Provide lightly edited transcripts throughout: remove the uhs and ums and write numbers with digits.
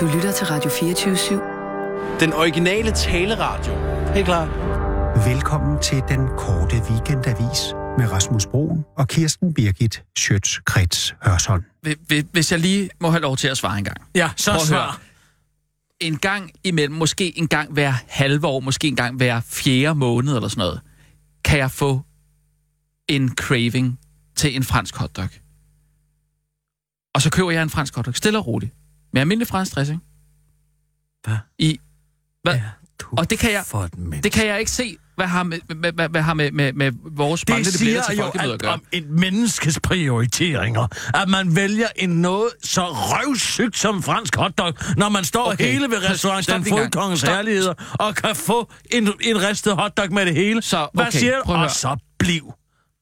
Du lytter til Radio 24/7. Den originale taleradio. Helt klar. Velkommen til den korte weekendavis med Rasmus Broen og Kirsten Birgit Schøtz-Krets Hørsholm. Hvis jeg lige må have lov til at svare en gang. Ja, så svar. En gang imellem, måske en gang hver halve år, måske en gang hver 4. måned eller sådan noget, kan jeg få en craving til en fransk hotdog. Og så køber jeg en fransk hotdog, stille og roligt. Med almindelig fransk dressing. Hvad? Hvad? Og det kan jeg ikke se, hvad har med vores manglende billetter til folkemøder at gøre. Det siger jo om et menneskes prioriteringer, at man vælger en noget så røvsygt som fransk hotdog, når man står hele ved restauranten Den Fodkongens Herligheder og kan få en ristet hotdog med det hele. Så, hvad siger du? Og så bliv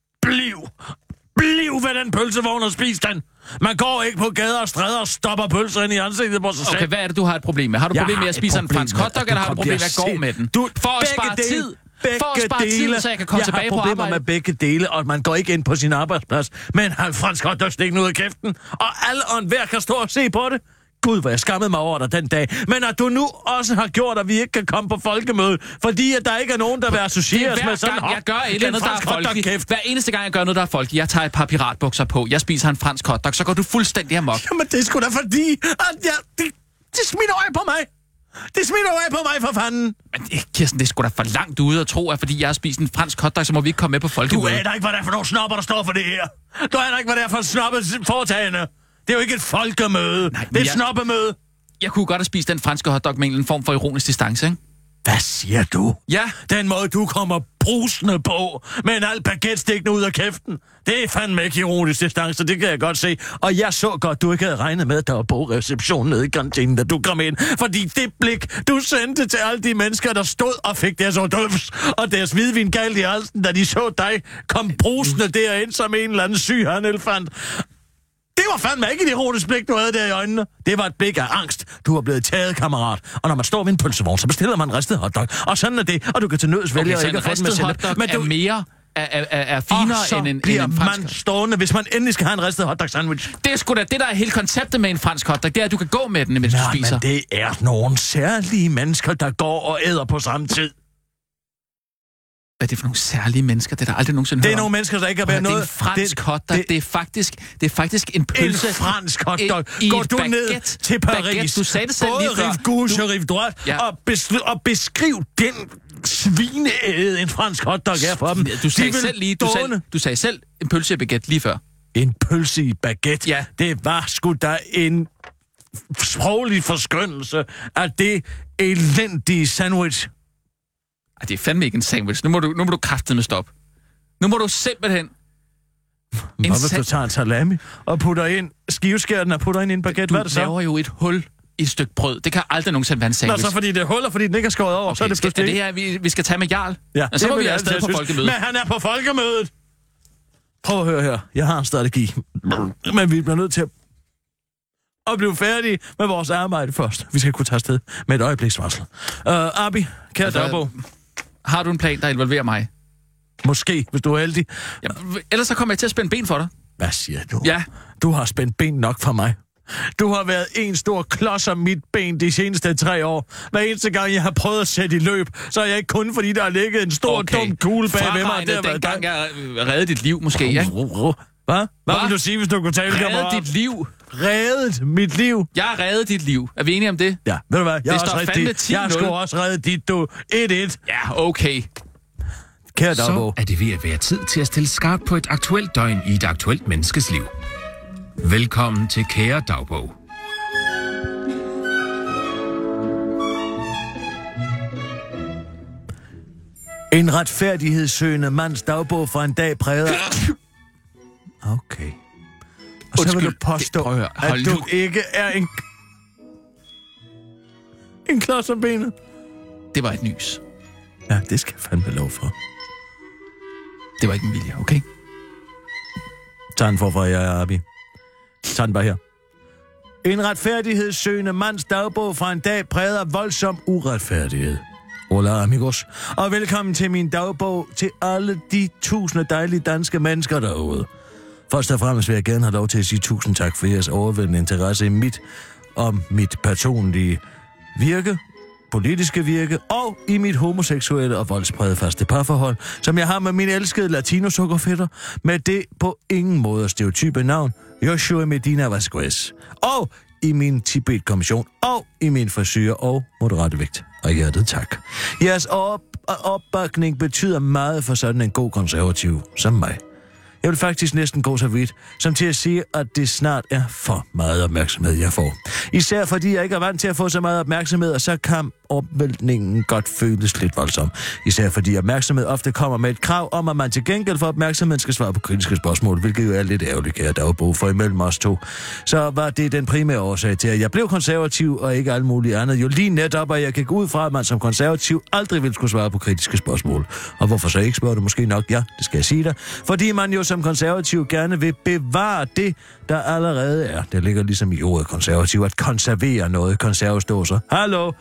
ved den pølsevogn og spis den. Man går ikke på gader og stræder og stopper pølser ind i ansigtet på sig selv. Okay, hvad er det, du har et problem med? Har du et problem med at spise en fransk hotdog, eller har du et problem med at gå med den? For at spare tid. For at spare tid, så jeg kan komme tilbage på arbejde. Jeg har problemer med begge dele, og man går ikke ind på sin arbejdsplads med en halv fransk hotdog stikkende ud af kæften, og alle og enhver kan stå og se på det. Gud, hvor jeg skammede mig over dig den dag. Men at du nu også har gjort, at vi ikke kan komme på folkemødet, fordi at der ikke er nogen, der vil associeres med sådan en jeg gør et eller andet, der er folkeligt. Hver eneste gang, jeg gør noget, der er folkeligt. Jeg tager et par piratbukser på. Jeg spiser en fransk hotdog, så går du fuldstændig amok. Jamen, det er sgu da fordi, at det smitter øje på mig. Det smitter øje på mig, for fanden. Men Kirsten, det er sgu da for langt ude at tro, at fordi jeg har spist en fransk hotdog, så må vi ikke komme med på folkemødet. Du aner ikke, hvad det er for nogle snopper, der står for det her. Du aner ikke, hvad det er for snoppet foretagende. Det er jo ikke et folkemøde. Nej, det er et snoppemøde. Jeg kunne godt have spist den franske hotdog med en form for ironisk distance, ikke? Hvad siger du? Ja. Den måde, du kommer brusende på, med en alt baguette stikkende ud af kæften. Det er fandme ikke ironisk distance, det kan jeg godt se. Og jeg så godt, du ikke havde regnet med, at der var bogreception nede i kantinen, da du kom ind. Fordi det blik, du sendte til alle de mennesker, der stod og fik deres ordøvs og deres hvidvin galt i halsen, da de så dig kom brusende derind som en eller anden syg elefant. Det var fandme ikke et ironisk blik, du havde der i øjnene. Det var et blik af angst. Du var blevet taget, kammerat. Og når man står ved en pølsevogn, så bestiller man en ristet hotdog. Og sådan er det. Og du kan til nøds vælge og ikke at få den med selv. Men du... er mere er finere end en fransk. Man stående, hvis man endelig skal have en ristet hotdog sandwich. Det er sgu da det, der er hele konceptet med en fransk hotdog. Det er, at du kan gå med den, mens du spiser. Men det er nogle særlige mennesker, der går og æder på samme tid. Hvad er det for nogle særlige mennesker? Det er der aldrig nogensinde Det er nogle mennesker, der ikke har været noget... Det er en fransk hotdog. Det er faktisk en pølse... En fransk hotdog. Går du ned til Paris, baguette. Du sagde det selv lige før. Både rive gauche og rive droite, ja. og beskriv den svineæde en fransk hotdog er for dem. Du sagde selv en pølse i baguette lige før. En pølse i baguette? Ja. Det var sgu da en sproglig forskyndelse af det elendige sandwich. Det er fandme ikke en sandwich. Nu må du kraftedeme stoppe. Nu må du simpelthen... Hvorfor du tager en salami og putter ind skiveskærten og putter ind i en baguette? Hvad er det så? Du laver jo et hul i et stykke brød. Det kan aldrig nogensinde være en sandwich. Nå, så fordi det er hul, og fordi den ikke er skåret over, okay, så er det pludselig... Er det her, vi skal tage med Jarl? Ja, og så må vi afsted på folkemødet. Men han er på folkemødet! Prøv at høre her. Jeg har en strategi. Men vi bliver nødt til at blive færdige med vores arbejde først. Vi skal kunne tage afsted med et øjebliksvarsel. Abi, kære dagbog. Har du en plan, der involverer mig? Måske, hvis du er heldig. Ja, ellers så kommer jeg til at spænde ben for dig. Hvad siger du? Ja. Du har spændt ben nok for mig. Du har været en stor klods af mit ben de seneste 3 år. Hver eneste gang, jeg har prøvet at sætte i løb, så er jeg ikke kun fordi, der har ligget en stor dum kugle bag ved mig. Det den gang, jeg reddede dit liv, måske, ikke? Hvad? Hvad vil du sige, hvis du kunne tale, kammerat? Reddet dit liv? Reddet mit liv? Jeg har reddet dit liv. Er vi enige om det? Ja, ved du hvad? Jeg har sgu også reddet dit, du. 1-1. Ja, okay. Kære dagbog. Så er det ved at være tid til at stille skarpt på et aktuelt døgn i et aktuelt menneskes liv. Velkommen til Kære dagbog. En retfærdighedssøgende mands dagbog fra en dag præget. Okay. Og så vil du påstå, at du ikke er en klods om benet. Det var et nys. Ja, det skal jeg fandme lov for. Det var ikke en vilje, okay? Tag den forfra, jeg er Abi. Tag den bare her. En retfærdighedssøgende mands dagbog fra en dag præget af voldsom uretfærdighed. Hola, amigos. Og velkommen til min dagbog til alle de tusinde dejlige danske mennesker derude. Først og fremmest vil jeg gerne have lov til at sige tusind tak for jeres overvældende interesse i mit om mit personlige virke, politiske virke og i mit homoseksuelle og voldsprægede faste parforhold, som jeg har med min elskede latino-sukkerfætter, med det på ingen måde stereotype navn, Joshua Medina Vasquez, og i min Tibet-kommission, og i min frisyr og moderate vægt. Og hjertet tak. Jeres opbakning betyder meget for sådan en god konservativ som mig. Jeg vil faktisk næsten gå så vidt, som til at sige, at det snart er for meget opmærksomhed, jeg får. Især fordi jeg ikke er vant til at få så meget opmærksomhed, og så kan opvæltningen godt føles lidt voldsom. Især fordi opmærksomhed ofte kommer med et krav om, at man til gengæld for opmærksomheden skal svare på kritiske spørgsmål, hvilket jo er lidt ærgerligt, at der er brug for imellem os to. Så var det den primære årsag til, at jeg blev konservativ og ikke alt muligt andet. Jo lige netop, at jeg gik ud fra, at man som konservativ aldrig ville skulle svare på kritiske spørgsmål. Og hvorfor så ikke, spørger du måske nok? Ja, det skal jeg sige dig. Fordi man jo som konservativ gerne vil bevare det, der allerede er. Det ligger ligesom i ordet konservativ, at konservere noget, konserveståser. Hallo?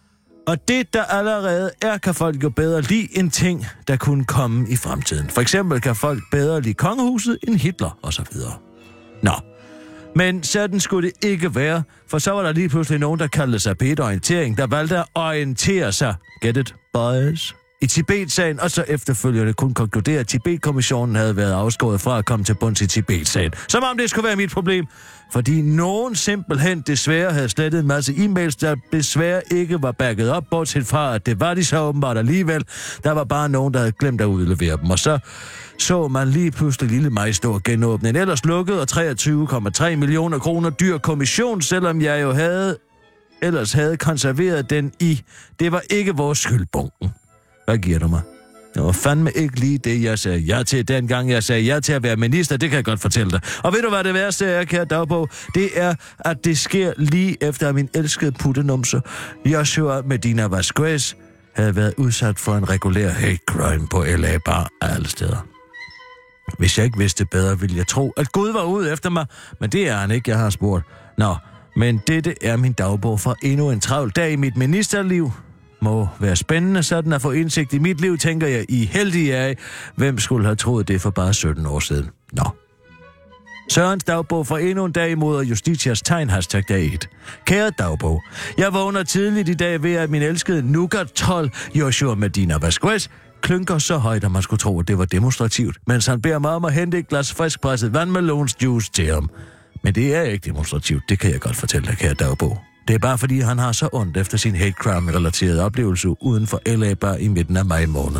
Og det, der allerede er, kan folk jo bedre lide en ting, der kunne komme i fremtiden. For eksempel kan folk bedre lide kongehuset end Hitler, og så videre. Nå, men sådan skulle det ikke være, for så var der lige pludselig nogen, der kaldte sig Peter-orientering, der valgte at orientere sig. Get it, boys? I Tibet-sagen, og så efterfølgende kunne konkludere, at Tibet-kommissionen havde været afskåret fra at komme til bunds i Tibet-sagen. Som om det skulle være mit problem. Fordi nogen simpelthen desværre havde slettet en masse e-mails, der desværre ikke var backet op, bortset fra, at det var de så åbenbart alligevel. Der var bare nogen, der havde glemt at udlevere dem. Og så man lige pludselig lille mig stå og genåbne en ellers lukket og 23,3 millioner kroner dyr kommission, selvom jeg jo ellers havde konserveret den i. Det var ikke vores skyldbunken. Hvad giver du mig? Det var fandme ikke lige det, jeg sagde ja til, dengang jeg sagde ja til at være minister. Det kan jeg godt fortælle dig. Og ved du, hvad det værste er, kære dagbog? Det er, at det sker lige efter, at min elskede puttenumser, Joshua Medina Vasquez, havde været udsat for en regulær hate crime på LA Bar alle steder. Hvis jeg ikke vidste bedre, ville jeg tro, at Gud var ude efter mig. Men det er han ikke, jeg har spurgt. Nå, men dette er min dagbog for endnu en travl dag i mit ministerliv. Må være spændende, sådan at få indsigt i mit liv, tænker jeg i heldige af. Hvem skulle have troet det for bare 17 år siden? Nå. Sørens dagbog for endnu en dag imod Justitias tegn, #dag 1. Kære dagbog, jeg vågner tidligt i dag ved, at min elskede nougat-trold Joshua Medina Vasquez klynker så højt, at man skulle tro, at det var demonstrativt, mens han beder mig om at hente et glas friskpresset vandmelonsjuice til ham. Men det er ikke demonstrativt, det kan jeg godt fortælle dig, kære dagbog. Det er bare fordi, han har så ondt efter sin hate crime-relaterede oplevelse uden for LA Bar i midten af maj måned.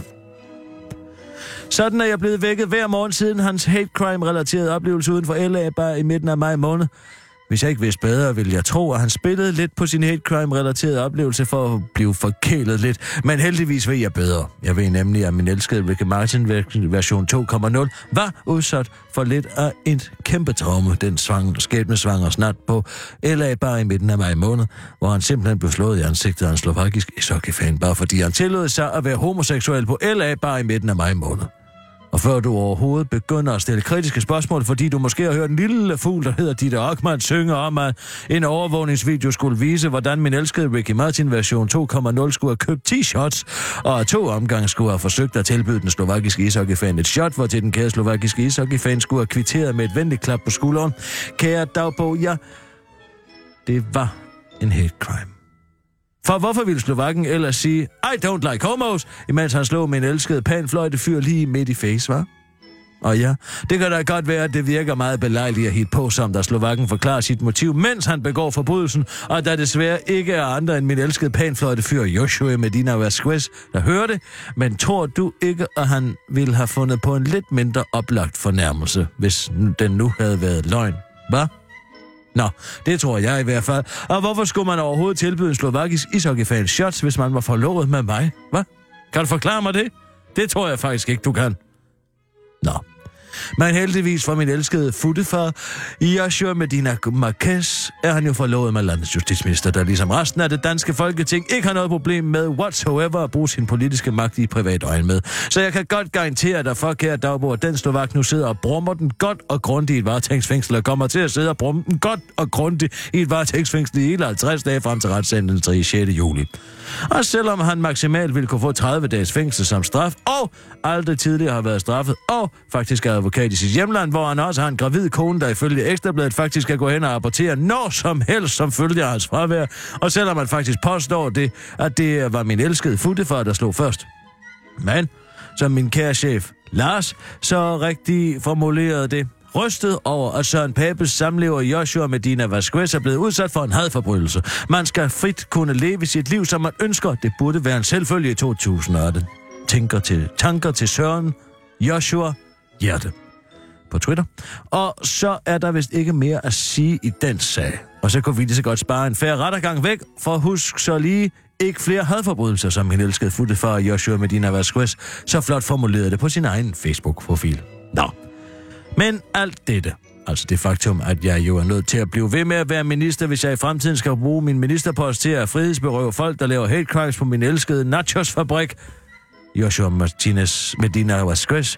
Sådan er jeg blevet vækket hver morgen siden hans hate crime-relaterede oplevelse uden for LA Bar i midten af maj måned. Hvis jeg ikke vidste bedre, ville jeg tro, at han spillede lidt på sin hate crime-relaterede oplevelse for at blive forkælet lidt. Men heldigvis ved jeg bedre. Jeg ved nemlig, at min elskede Ricky Martin version 2.0 var udsat for lidt af et kæmpe traume, den skæbnesvangre snart på LA Bar i midten af maj måned, hvor han simpelthen blev slået i ansigtet af en slovakisk ishockeyfan, bare fordi han tillod sig at være homoseksuel på LA Bar i midten af maj måned. Og før du overhovedet begynder at stille kritiske spørgsmål, fordi du måske har hørt en lille fugl, der hedder Ditte Ockmann, synge om, at en overvågningsvideo skulle vise, hvordan min elskede Ricky Martin version 2.0 skulle have købt 10 shots, og 2 omgange skulle have forsøgt at tilbyde den slovakiske ishockeyfan et shot, hvor til den kære slovakiske ishockeyfan skulle have kvitteret med et venligt klap på skulderen. Kære dagbog, ja, det var en hate crime. For hvorfor ville slovakken ellers sige, I don't like homos, imens han slog med en elsket panfløjtefyr lige midt i face, hva'? Og ja, det kan da godt være, at det virker meget belejligt at hitte på, som da slovakken forklarer sit motiv, mens han begår forbrydelsen, og der desværre ikke er andre end min elskede panfløjtefyr Joshua Medina Vasquez, der hører det. Men tror du ikke, at han ville have fundet på en lidt mindre oplagt fornærmelse, hvis den nu havde været løgn, hva'? Nå, det tror jeg i hvert fald. Og hvorfor skulle man overhovedet tilbyde en slovakisk ishockeyfan shots, hvis man var forlovet med mig? Hvad? Kan du forklare mig det? Det tror jeg faktisk ikke, du kan. Nå. Men heldigvis for min elskede futtefar, Joshua Medina Marquez, er han jo forlovet med landets justitsminister, der ligesom resten af det danske folketing ikke har noget problem med whatsoever at bruge sin politiske magt i privat øje med. Så jeg kan godt garantere dig for, kære dagbog, at den slovak nu sidder og brummer den godt og grundigt i et varetægtsfængsel, og kommer til at sidde og brumme den godt og grundigt i et varetægtsfængsel i hele 50 dage frem til retssendelsen i 6. juli. Og selvom han maksimalt ville kunne få 30 dages fængsel som straf, og aldrig tidligere har været straffet, og faktisk er advokat advokat i sit hjemland, hvor han også har en gravid kone, der ifølge Ekstrabladet faktisk skal gå hen og rapportere når som helst som følge af hans fravær. Og selvom man faktisk påstår det, at det var min elskede futtefar, der slog først. Men, som min kære chef Lars så rigtig formulerede det, rystet over, at Søren Papes samlever Joshua Medina Vasquez er blevet udsat for en hadforbrydelse. Man skal frit kunne leve sit liv, som man ønsker. Det burde være en selvfølge i 2018. Tanker til Søren Joshua Hjerte på Twitter. Og så er der vist ikke mere at sige i den sag. Og så kunne vi lige så godt spare en færre rettergang væk, for husk så lige ikke flere hadforbrydelser, som min elskede futtefar Joshua Medina Vasquez så flot formulerede det på sin egen Facebook-profil. Nå. Men alt dette, altså det faktum, at jeg jo er nødt til at blive ved med at være minister, hvis jeg i fremtiden skal bruge min ministerpost til at frihedsberøve folk, der laver hate crimes på min elskede nachosfabrik, Joshua Martinez Medina Vasquez,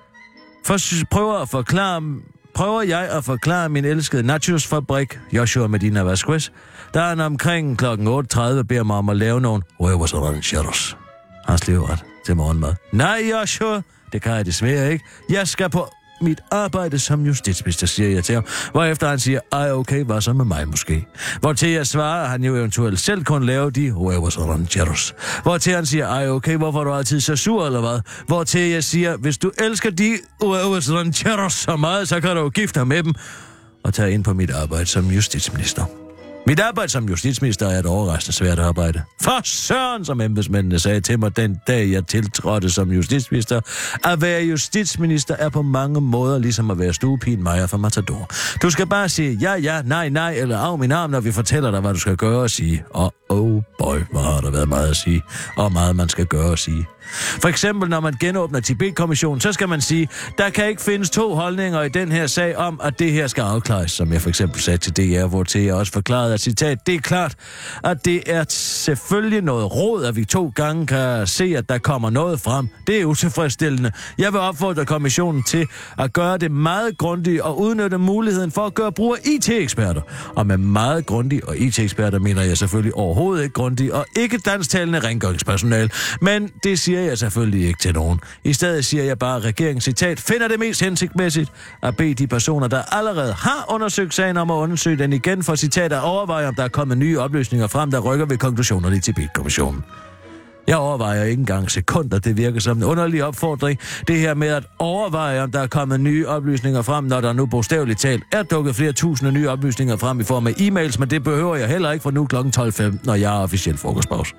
prøver jeg at forklare min elskede nachosfabrik, Joshua Medina Vasquez, da han omkring kl. 8.30 beder mig om at lave nogle huevos rancheros. Hans livret til morgenmad. Nej, Joshua, det kan jeg desværre ikke. Jeg skal på mit arbejde som justitsminister, siger jeg til ham. Hvorefter han siger, ej okay, hvad så med mig måske? Hvortil jeg svarer, at han jo eventuelt selv kunne lave de huevos rancheros. Hvortil han siger, ej okay, hvorfor er du altid så sur eller hvad? Hvortil jeg siger, hvis du elsker de huevos rancheros så meget, så kan du jo gifte dig med dem og tage ind på mit arbejde som justitsminister. Mit arbejde som justitsminister er et overraskende svært arbejde. For søren, som embedsmændene sagde til mig den dag, jeg tiltrådte som justitsminister. At være justitsminister er på mange måder ligesom at være stuepin Maja fra Matador. Du skal bare sige ja, nej, eller af min arm, når vi fortæller dig, hvad du skal gøre og sige. Og oh boy, hvor har der været meget at sige, og meget man skal gøre og sige. For eksempel, når man genåbner Tibet-kommissionen, så skal man sige, der kan ikke findes to holdninger i den her sag om, at det her skal afklares, som jeg for eksempel sagde til DR, hvor til jeg også forklarede, at citat, det er klart, at det er selvfølgelig noget råd, at vi 2 gange kan se, at der kommer noget frem. Det er utilfredsstillende. Jeg vil opfordre kommissionen til at gøre det meget grundigt og udnytte muligheden for at gøre brug af IT-eksperter. Og med meget grundigt og IT-eksperter mener jeg selvfølgelig overhovedet ikke grundigt og ikke dansktalende rengøringspersonale. Men det siger jeg selvfølgelig ikke til nogen. I stedet siger jeg bare, at regeringen, citat, finder det mest hensigtsmæssigt at bede de personer, der allerede har undersøgt sagen om at undersøge den igen, for citat at overveje, om der er kommet nye oplysninger frem, der rykker ved konklusionerne i Tibet-kommissionen. Jeg overvejer ikke engang sekunder, det virker som en underlig opfordring. Det her med at overveje, om der er kommet nye oplysninger frem, når der nu bogstaveligt talt er dukket flere tusinde nye oplysninger frem i form af e-mails, men det behøver jeg heller ikke fra nu kl. 12.15, når jeg har officiel frokostpause.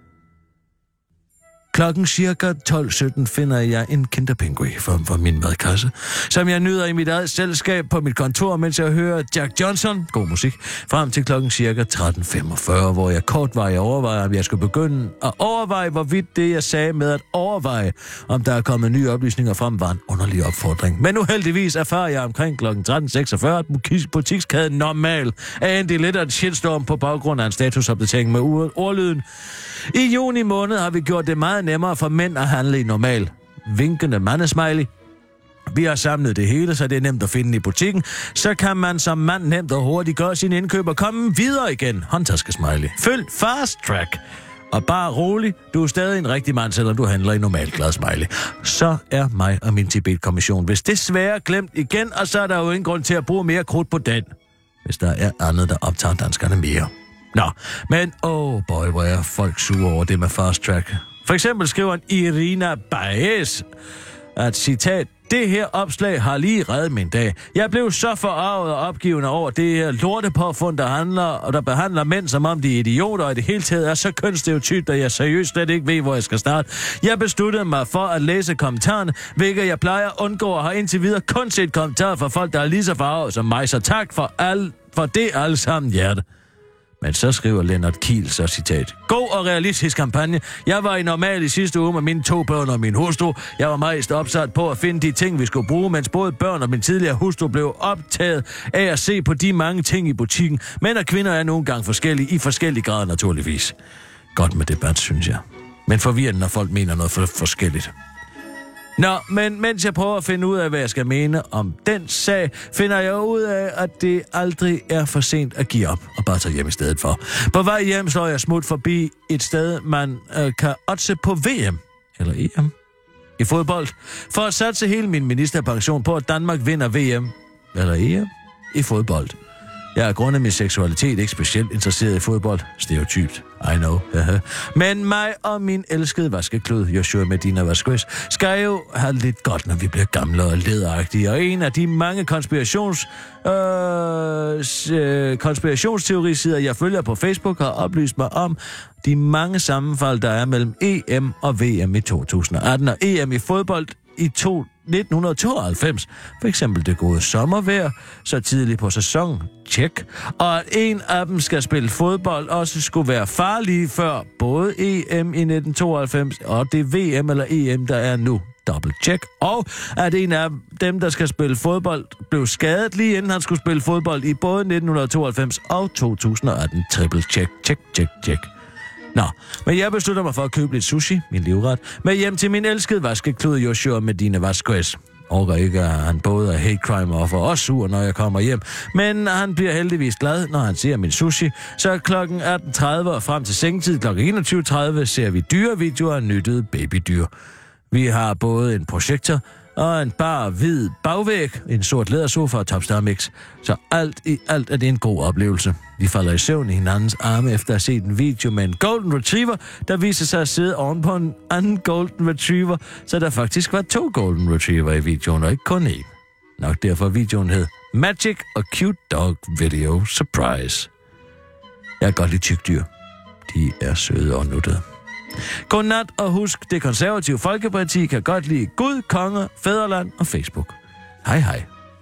Klokken cirka 12.17 finder jeg en kinderpingui fra min madkasse, som jeg nyder i mit eget selskab på mit kontor, mens jeg hører Jack Johnson, god musik, frem til klokken cirka 13.45, hvor jeg kortvarigt overvejer, om jeg skulle begynde at overveje, hvorvidt det, jeg sagde med at overveje, om der er kommet nye oplysninger frem, var en underlig opfordring. Men uheldigvis erfarer jeg omkring klokken 13.46, at butikskæden Normal er endt i lidt af en shitstorm på baggrund af en statusopdatering med ordlyden. I juni måned har vi gjort det meget nemmere for mænd at handle i Normal. Vinkende mandesmiley. Vi har samlet det hele, så det er nemt at finde i butikken. Så kan man som mand nemt og hurtigt gøre sine indkøb og komme videre igen. Håndtaskesmiley. Følg fast track. Og bare rolig, du er stadig en rigtig mand, selvom du handler i Normal glad smiley. Så er mig og min Tibet-kommission vist desværre glemt igen, og så er der jo ingen grund til at bruge mere krudt på den, hvis der er andet, der optager danskerne mere. Nå, men boy, hvor er folk sure over det med fast track. For eksempel skriver en Irina Baez, at citat, det her opslag har lige reddet min dag. Jeg blev så forarvet og opgivende over det her lortepåfund, der behandler mænd, som om de er idioter, og i det hele taget er så kønsstereotypt, at jeg seriøst slet ikke ved, hvor jeg skal starte. Jeg besluttede mig for at læse kommentarerne, hvilket jeg plejer at undgå, og har indtil videre kun set kommentarer fra folk, der er lige så farvet som mig, så tak for det alle sammen, hjerte. Men så skriver Lennart Kiel så citat. God og realistisk kampagne. Jeg var i Normal i sidste uge med mine 2 børn og min hustru. Jeg var mest opsat på at finde de ting, vi skulle bruge, mens både børn og min tidligere hustru blev optaget af at se på de mange ting i butikken. Mænd og kvinder er nogle gange forskellige, i forskellige grader naturligvis. Godt med debat, synes jeg. Men forvirrende, når folk mener noget forskelligt. Nå, men mens jeg prøver at finde ud af, hvad jeg skal mene om den sag, finder jeg ud af, at det aldrig er for sent at give op og bare tage hjem i stedet for. På vej hjem slår jeg smut forbi et sted, man kan oddse på VM. Eller EM. i fodbold, for at satse hele min ministerpension på, at Danmark vinder VM, eller EM, i fodbold. Jeg er grundet min seksualitet ikke specielt interesseret i fodbold. Stereotypt. I know. Men mig og min elskede vaskeklud, Joshua Medina Vasquez, skal jo have lidt godt, når vi bliver gamle og lederagtige. Og en af de mange konspirationsteorisider, jeg følger på Facebook, har oplyst mig om de mange sammenfald, der er mellem EM og VM i 2018 og EM i fodbold i 1992. For eksempel det gode sommervejr, så tidligt på sæson, tjek. Og at en af dem skal spille fodbold, også skulle være farlige før både EM i 1992 og det VM eller EM, der er nu. Double check. Og at en af dem, der skal spille fodbold, blev skadet lige inden han skulle spille fodbold i både 1992 og 2018. Triple check, check, check, check. Nå, men jeg beslutter mig for at købe lidt sushi, min livret, med hjem til min elskede vaskeklud Joshua Medina Vasquez. Orker ikke, at han både er hate crime offer og sur, når jeg kommer hjem. Men han bliver heldigvis glad, når han ser min sushi. Så klokken 18.30 og frem til sengetid klokken 21.30 ser vi dyrevideoer af nyttede babydyr. Vi har både en projektor og en bar hvid bagvæg, en sort lædersofa og topstar-mix. Så alt i alt er det en god oplevelse. Vi falder i søvn i hinandens arme efter at have set en video med en golden retriever, der viser sig at sidde oven på en anden golden retriever, så der faktisk var 2 golden retriever i videoen, og ikke kun én. Nok derfor videoen hed Magic og Cute Dog Video Surprise. Jeg kan godt lide tykdyr. De er søde og nuttede. Godnat, og husk, Det Konservative Folkeparti kan godt lide Gud, konger, fædreland og Facebook. Hej hej.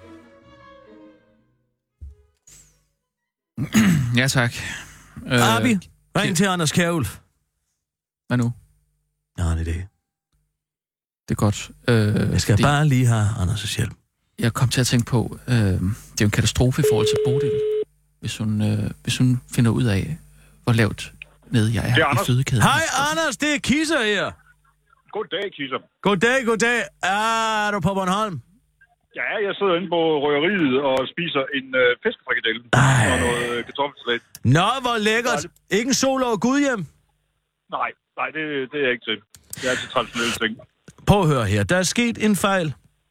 Ja, tak. Abi, ring til Anders Kjærulf. Hvad nu? Nå, det er det. Det er godt. Jeg skal bare lige have Anders' hjælp. Jeg kom til at tænke på, det er jo en katastrofe i forhold til Bodil, hvis hun finder ud af, hvor lavt nede jeg er i fødekæden. Hej Anders, det er Kisser her. Goddag, Kisser. Goddag. Er du på Bornholm? Ja, jeg sidder inde på røgeriet og spiser en fiskefrikadelle og noget kartoffelsalat. Nå, hvor lækkert. Ikke en sol over Gud hjem? Nej, det er jeg ikke til. Det er til traditionelle ting. Prøv at høre her. Der er sket en fejl.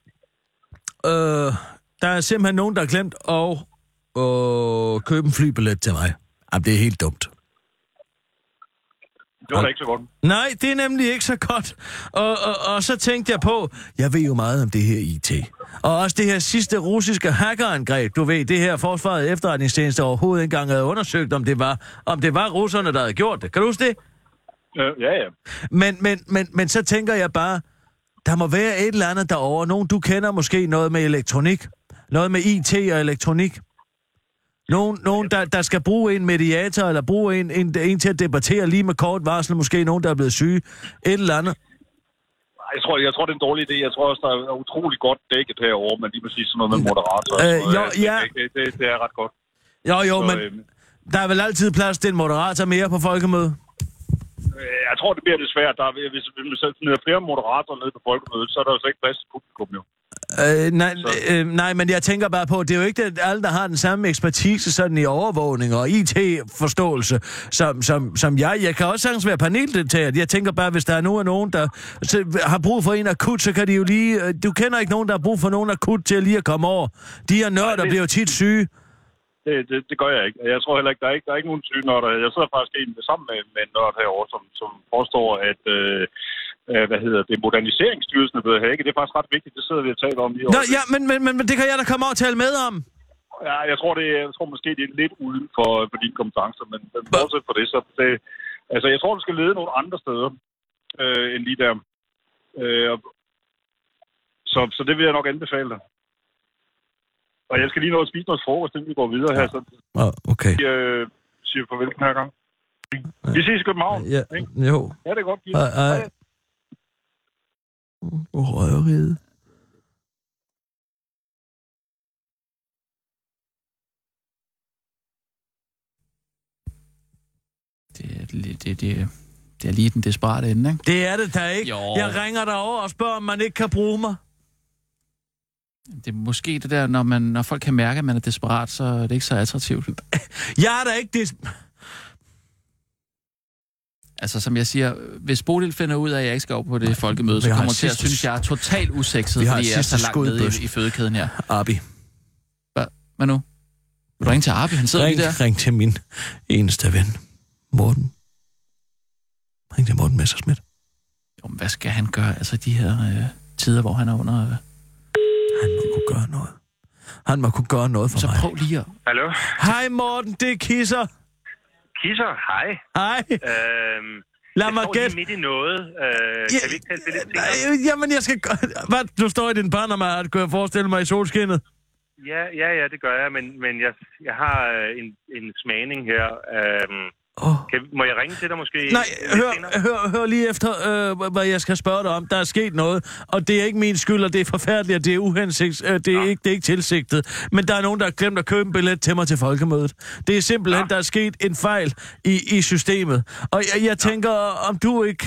Der er simpelthen nogen, der har glemt at købe en flybillet til mig. Jamen, det er helt dumt. Det var da ikke så godt. Nej, det er nemlig ikke så godt. Og så tænkte jeg på, jeg ved jo meget om det her IT. Og også det her sidste russiske hackerangreb, du ved, det her forsvaret efterretningstjeneste overhovedet ikke engang havde undersøgt, om det var russerne, der havde gjort det. Kan du huske det? Ja. Men så tænker jeg bare, der må være et eller andet derovre. Nogen, du kender måske noget med elektronik. Noget med IT og elektronik. Nogen der skal bruge en mediator, eller bruge en til at debattere lige med kort varsel. Måske nogen, der er blevet syge. Et eller andet. Jeg tror, det er en dårlig idé. Jeg tror også, der er utrolig godt dækket herovre, men lige præcis sådan noget med moderator. Det er ret godt. Jo, men der er vel altid plads til en moderator mere på folkemødet? Jeg tror, det bliver det svært. Hvis vi smider flere moderatorer ned på folkemødet, så er der jo ikke plads til publikum, jo. Nej, men jeg tænker bare på, det er jo ikke alle, der har den samme ekspertise sådan i overvågning og IT-forståelse, som jeg. Jeg kan også sagtens være paneldeltager. Jeg tænker bare, hvis der er nogen, der har brug for en akut, så kan de jo lige... Du kender ikke nogen, der har brug for nogen akut til lige at komme over. De her nørder bliver jo tit syge. Det gør jeg ikke. Jeg tror heller ikke, der er ikke nogen syge nørder. Jeg sidder faktisk sammen med en nørd herovre, som påstår, at... Moderniseringsstyrelsen er blevet hækket. Det er faktisk ret vigtigt. Det sidder vi og taler om lige over. Nå, ja, men det kan jeg da komme over og tale med om. Ja, jeg tror måske, det er lidt uden for dine kompetencer, men bortset for det, så det... Altså, jeg tror, du skal lede nogle andre steder end lige der. Så det vil jeg nok anbefale dig. Og jeg skal lige nå at spise noget frokost, inden vi går videre her. Så okay. Siger farvel den her gang. Vi ses i København. Ja, ikke? Jo. Ja, det er godt. Hej. Røveriet. Det er lige den desperate ende, ikke? Det er det da ikke. Jo. Jeg ringer derover og spørger, om man ikke kan bruge mig. Det er måske det der, når folk kan mærke, at man er desperat, så er det ikke så attraktivt. Jeg er da ikke Altså, som jeg siger, hvis Bodil finder ud af, at jeg ikke skal over på det folkemøde, så kommer til at synes, jeg er totalt usekset, fordi jeg er så langt nede i fødekæden her. Arbi. Hvad nu? Vil du ringe til Arbi? Han sidder lige der. Ring til min eneste ven, Morten. Ring til Morten Messerschmidt. Jo, men hvad skal han gøre? Altså, de her tider, hvor han er under... Han må kunne gøre noget. Han må kunne gøre noget for så mig. Så prøv lige at... Hallo? Hej Morten, det er Kisser. Kisser, hej. Hej. Lad mig gætte. Jeg står lige midt i noget. Kan vi ikke tale det lidt senere? Jamen, jeg skal... Hvad? Du står i din Panama, kunne jeg forestille mig i solskinnet? Ja, det gør jeg, men jeg har en smagning her. Må jeg ringe til dig måske? Nej, hør lige efter, hvad jeg skal spørge dig om. Der er sket noget, og det er ikke min skyld, og det er forfærdeligt, og det er det er ikke tilsigtet. Men der er nogen, der har glemt at købe en billet til mig til folkemødet. Det er simpelthen, der er sket en fejl i systemet. Og jeg tænker, om du ikke...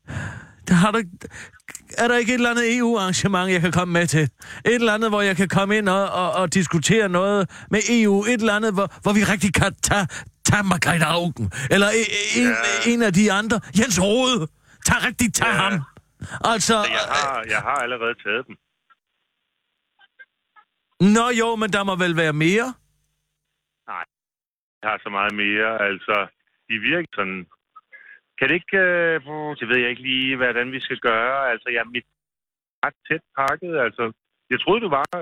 Er der ikke et eller andet EU-arrangement, jeg kan komme med til? Et eller andet, hvor jeg kan komme ind og diskutere noget med EU? Et eller andet, hvor vi rigtig kan tage Margrethe Auken? Eller en af de andre? Jens Rode! Tag ham! Altså... Jeg har allerede taget dem. Nå jo, men der må vel være mere? Nej, jeg har så meget mere. Altså, de virker sådan... Kan det ikke... det ved jeg ikke lige, hvordan vi skal gøre. Altså, jeg er mit ret tæt pakket. Altså, jeg troede, du var...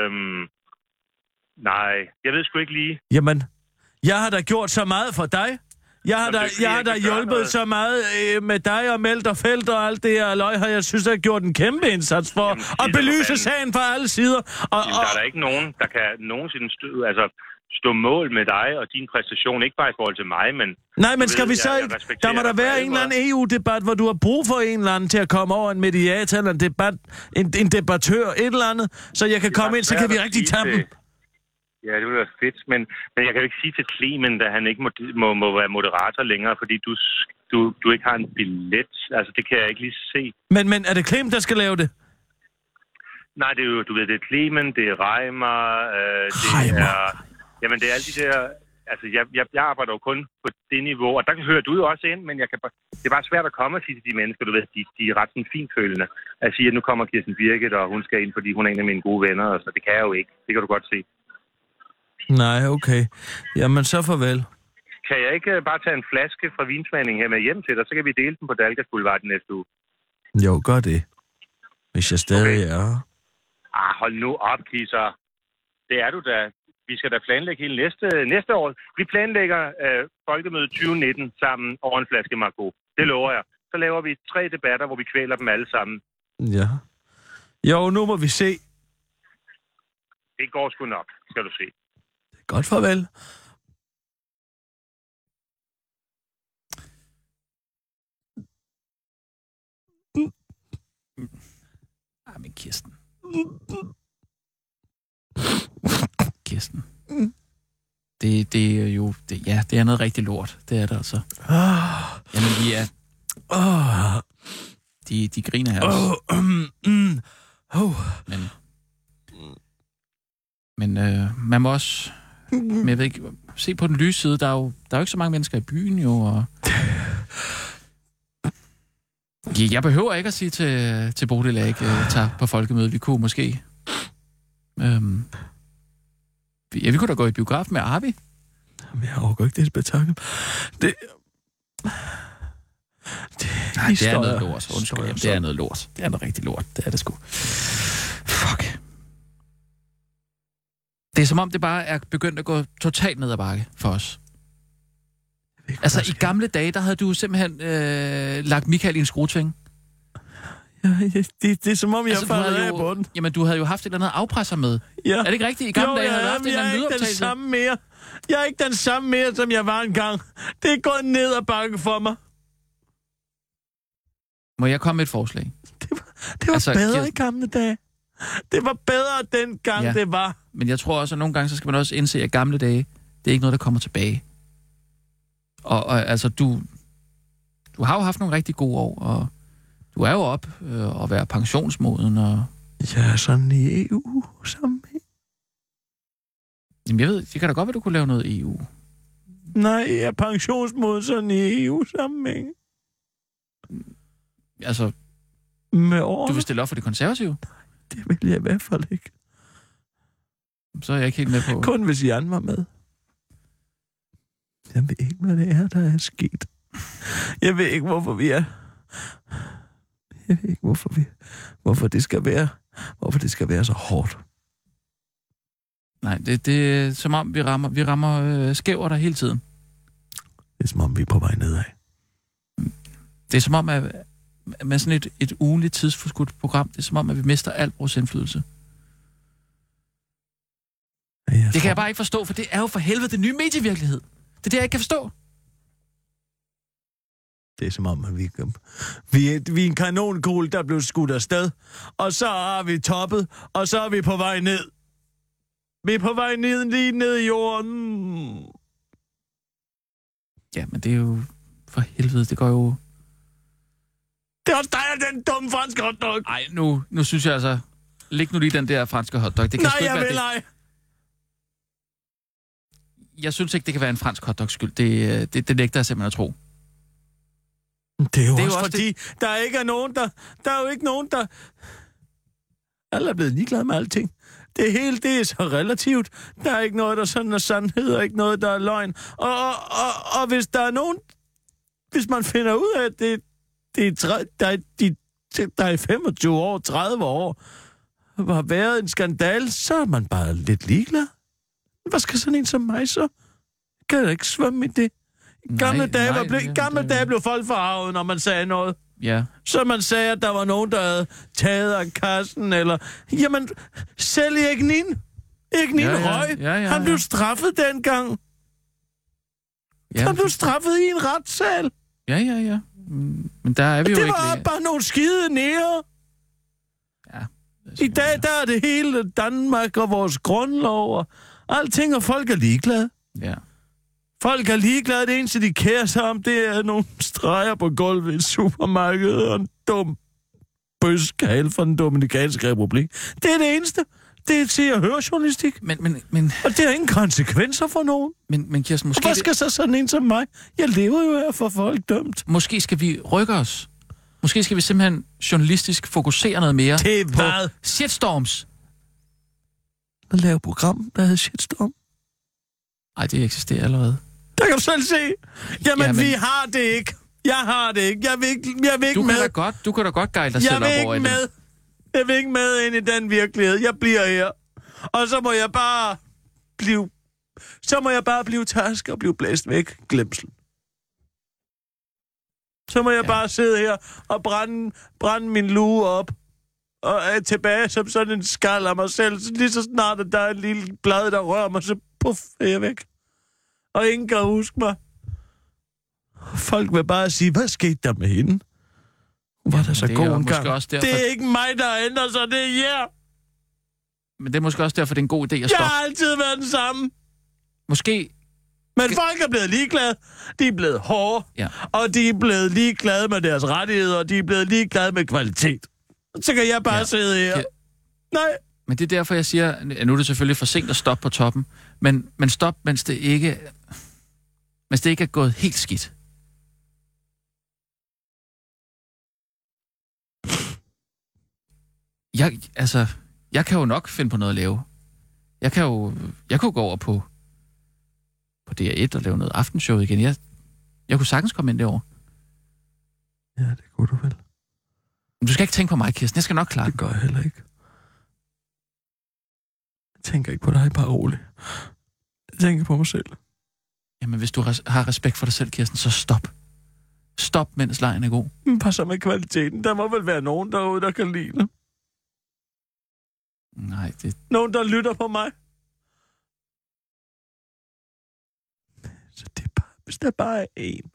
Nej, jeg ved sgu ikke lige. Jamen, jeg har da gjort så meget for dig. Jeg har da hjulpet så meget med dig og Meldt og Felt og alt det her løg, har jeg synes, jeg har gjort en kæmpe indsats for at belyse sagen fra alle sider. Der er der ikke nogen, der kan nogensinde stå mål med dig og din præstation, ikke bare i forhold til mig, men... Nej, men skal vi så ikke... Der må der være en eller anden EU-debat, hvor du har brug for en eller anden til at komme over en mediator, eller en debattør, et eller andet, så jeg kan komme ind, så kan vi rigtig tage dem. Ja, det ville være fedt, men jeg kan jo ikke sige til Clement, at han ikke må være moderator længere, fordi du ikke har en billet. Altså, det kan jeg ikke lige se. Men er det Clement, der skal lave det? Nej, det er jo, du ved, det er Clement, det er Reimer, Jamen, det er alle de der... Altså, jeg arbejder jo kun på det niveau, og der hører du jo også ind, men det er bare svært at komme og sige til de mennesker, du ved, de er ret sådan finfølende. At sige, at nu kommer Kirsten Birgit, og hun skal ind, fordi hun er en af mine gode venner, og så det kan jeg jo ikke. Det kan du godt se. Nej, okay. Jamen, så farvel. Kan jeg ikke bare tage en flaske fra vinsmagning her med hjem til dig, så kan vi dele den på Dalgas Boulevard næste uge? Jo, gør det. Hvis jeg stadig er... Hold nu op, Kisser. Det er du da. Vi skal da planlægge hele næste år. Vi planlægger folkemødet 2019 sammen over en flaske Margot. Det lover jeg. Så laver vi 3 debatter, hvor vi kvæler dem alle sammen. Ja. Jo, nu må vi se. Det går sgu nok, skal du se. Godt farvel. Men Kirsten. Kirsten. Det er jo... Det er noget rigtig lort. Det er det altså. Jamen, vi er... De griner her også. Men man må også... Men jeg ved ikke... Se på den lyse side. Der er jo ikke så mange mennesker i byen, jo, og... Jeg behøver ikke at sige til Bodil, at jeg ikke tager på folkemødet. Vi kunne måske... vi kunne da gå i biograf med Arbi. Jamen, jeg overgår ikke det spektakel. Det er noget lort. Undskyld, det er noget lort. Det er noget rigtig lort. Det er det sgu. Fuck. Det er som om, det bare er begyndt at gå totalt ned ad bakke for os. Altså, i gamle dage, der havde du simpelthen lagt Michael i en skruetving. Ja, det er som om, jeg faldet af på den. Jamen, du havde jo haft et eller andet afpresser med. Ja. Er det ikke rigtigt? I gamle dage havde du haft en eller anden lydoptagelse. Jeg er ikke den samme mere, som jeg var engang. Det er gået ned ad bakke for mig. Må jeg komme med et forslag? Det var bedre i gamle dage. Det var bedre dengang, det var. Men jeg tror også, at nogle gange, så skal man også indse, at gamle dage, det er ikke noget, der kommer tilbage. Og altså, du har jo haft nogle rigtig gode år, og du er jo op og være pensionsmoden, og... Ja, sådan i EU-sammenhæng. Jamen, jeg ved, det kan da godt være, du kunne lave noget EU. Nej, jeg er pensionsmoden sådan i EU-sammenhæng. Altså, Med årene? du vil stille op for det konservative? Det vil jeg i hvert fald ikke. Så er jeg ikke helt med på. Kun hvis Jan var med. Jeg ved ikke, hvad det er, der er sket. Jeg ved ikke, hvorfor vi er... Jeg ved ikke, hvorfor det skal være så hårdt. Nej, det er som om, vi rammer skæver der hele tiden. Det er som om, vi er på vej nedad. Det er som om, at med sådan et ugenligt tidsforskudt program, det er som om, at vi mister al vores indflydelse. Det kan jeg bare ikke forstå, for det er jo for helvede den nye medievirkelighed. Det er det, jeg ikke kan forstå. Det er som om, at vi er en kanonkugle, der blev skudt afsted. Og så har vi toppet, og så er vi på vej ned. Vi er på vej ned, lige ned i jorden. Ja, men det er jo for helvede, det går jo... Det er også dig og den dumme franske hotdog. Ej, nu synes jeg altså... Læg nu lige den der franske hotdog. Det kan Nej, jeg vil ej. Jeg synes ikke, det kan være en fransk hotdog skyld. Det nægter jeg simpelthen at tro. Det er jo også fordi, der er ikke nogen, der er jo ikke nogen, der... Alle er blevet ligeglade med alting. Det hele, det er så relativt. Der er ikke noget, der sådan er sandhed, og ikke noget, der er løgn. Og hvis der er nogen... Hvis man finder ud af, at der er 25 år, 30 år, har været en skandal, så er man bare lidt ligeglad. Hvad skal sådan en som mig så? Kan jeg ikke svømme i det? Gamle dage blev folk forarvet, når man sagde noget. Ja. Så man sagde, at der var nogen, der havde taget af kassen, eller... Jamen, selv Erik Nin røg. Ja. Han blev straffet dengang. Ja, han blev straffet i en retssal. Ja. Men der er vi jo ikke... Det var bare nogle skide nære. Ja. I dag, der er det hele Danmark og vores grundlov og alting, og folk er ligeglade. Ja. Folk er ligeglade. Det eneste, de kærer sig om, det er nogle streger på gulvet i et supermarked og en dum bøskal fra den Dominikanske Republik. Det er det eneste. Det er til at høre journalistik. Men... Og det har ingen konsekvenser for nogen. Men Kirsten, måske... Hvad skal så sådan en som mig? Jeg lever jo her for folk dømt. Måske skal vi rykke os. Måske skal vi simpelthen journalistisk fokusere noget mere på shitstorms. At lave et program, der hedder Shitstorm. Ej, det eksisterer allerede. Der kan du selv se. Jamen, vi har det ikke. Jeg har det ikke. Jeg vil ikke med. Du kan da godt gejle dig selv op over det. Jeg vil ikke med ind i den virkelighed. Jeg bliver her. Og så må jeg bare blive task og blive blæst væk. Glemsel. Så må jeg bare sidde her og brænde min lue op. Og er tilbage som sådan en skal af mig selv. Så lige så snart, at der er en lille blad, der rører mig, så puff, er jeg væk. Og ingen kan huske mig. Folk vil bare sige, hvad skete der med hende? Hun var der så god en gang. Derfor... Det er ikke mig, der ændrer sig, det er jer. Men det er måske også derfor, det er en god idé at stoppe. Jeg har altid været den samme. Måske... Men folk er blevet ligeglade. De er blevet hårde. Ja. Og de er blevet ligeglade med deres rettigheder, og de er blevet ligeglade med kvalitet. Så kan jeg bare sidde her. Nej. Men det er derfor, jeg siger, at nu er det selvfølgelig for sent at stoppe på toppen. Men stop, mens det ikke er gået helt skidt. Jeg kan jo nok finde på noget at lave. Jeg kan jo gå over på DR1 og lave noget aftenshow igen. Jeg kunne sagtens komme ind derovre. Ja, det kunne du vel. Men du skal ikke tænke på mig, Kirsten. Jeg skal nok klare det. Det gør jeg heller ikke. Jeg tænker ikke på dig, bare roligt. Jeg tænker på mig selv. Jamen, hvis du har respekt for dig selv, Kirsten, så stop. Stop, mens lejen er god. Men pas så med kvaliteten. Der må vel være nogen derude, der kan lide det. Nej, det... Nogen, der lytter på mig. Så det er bare... Hvis der bare er en.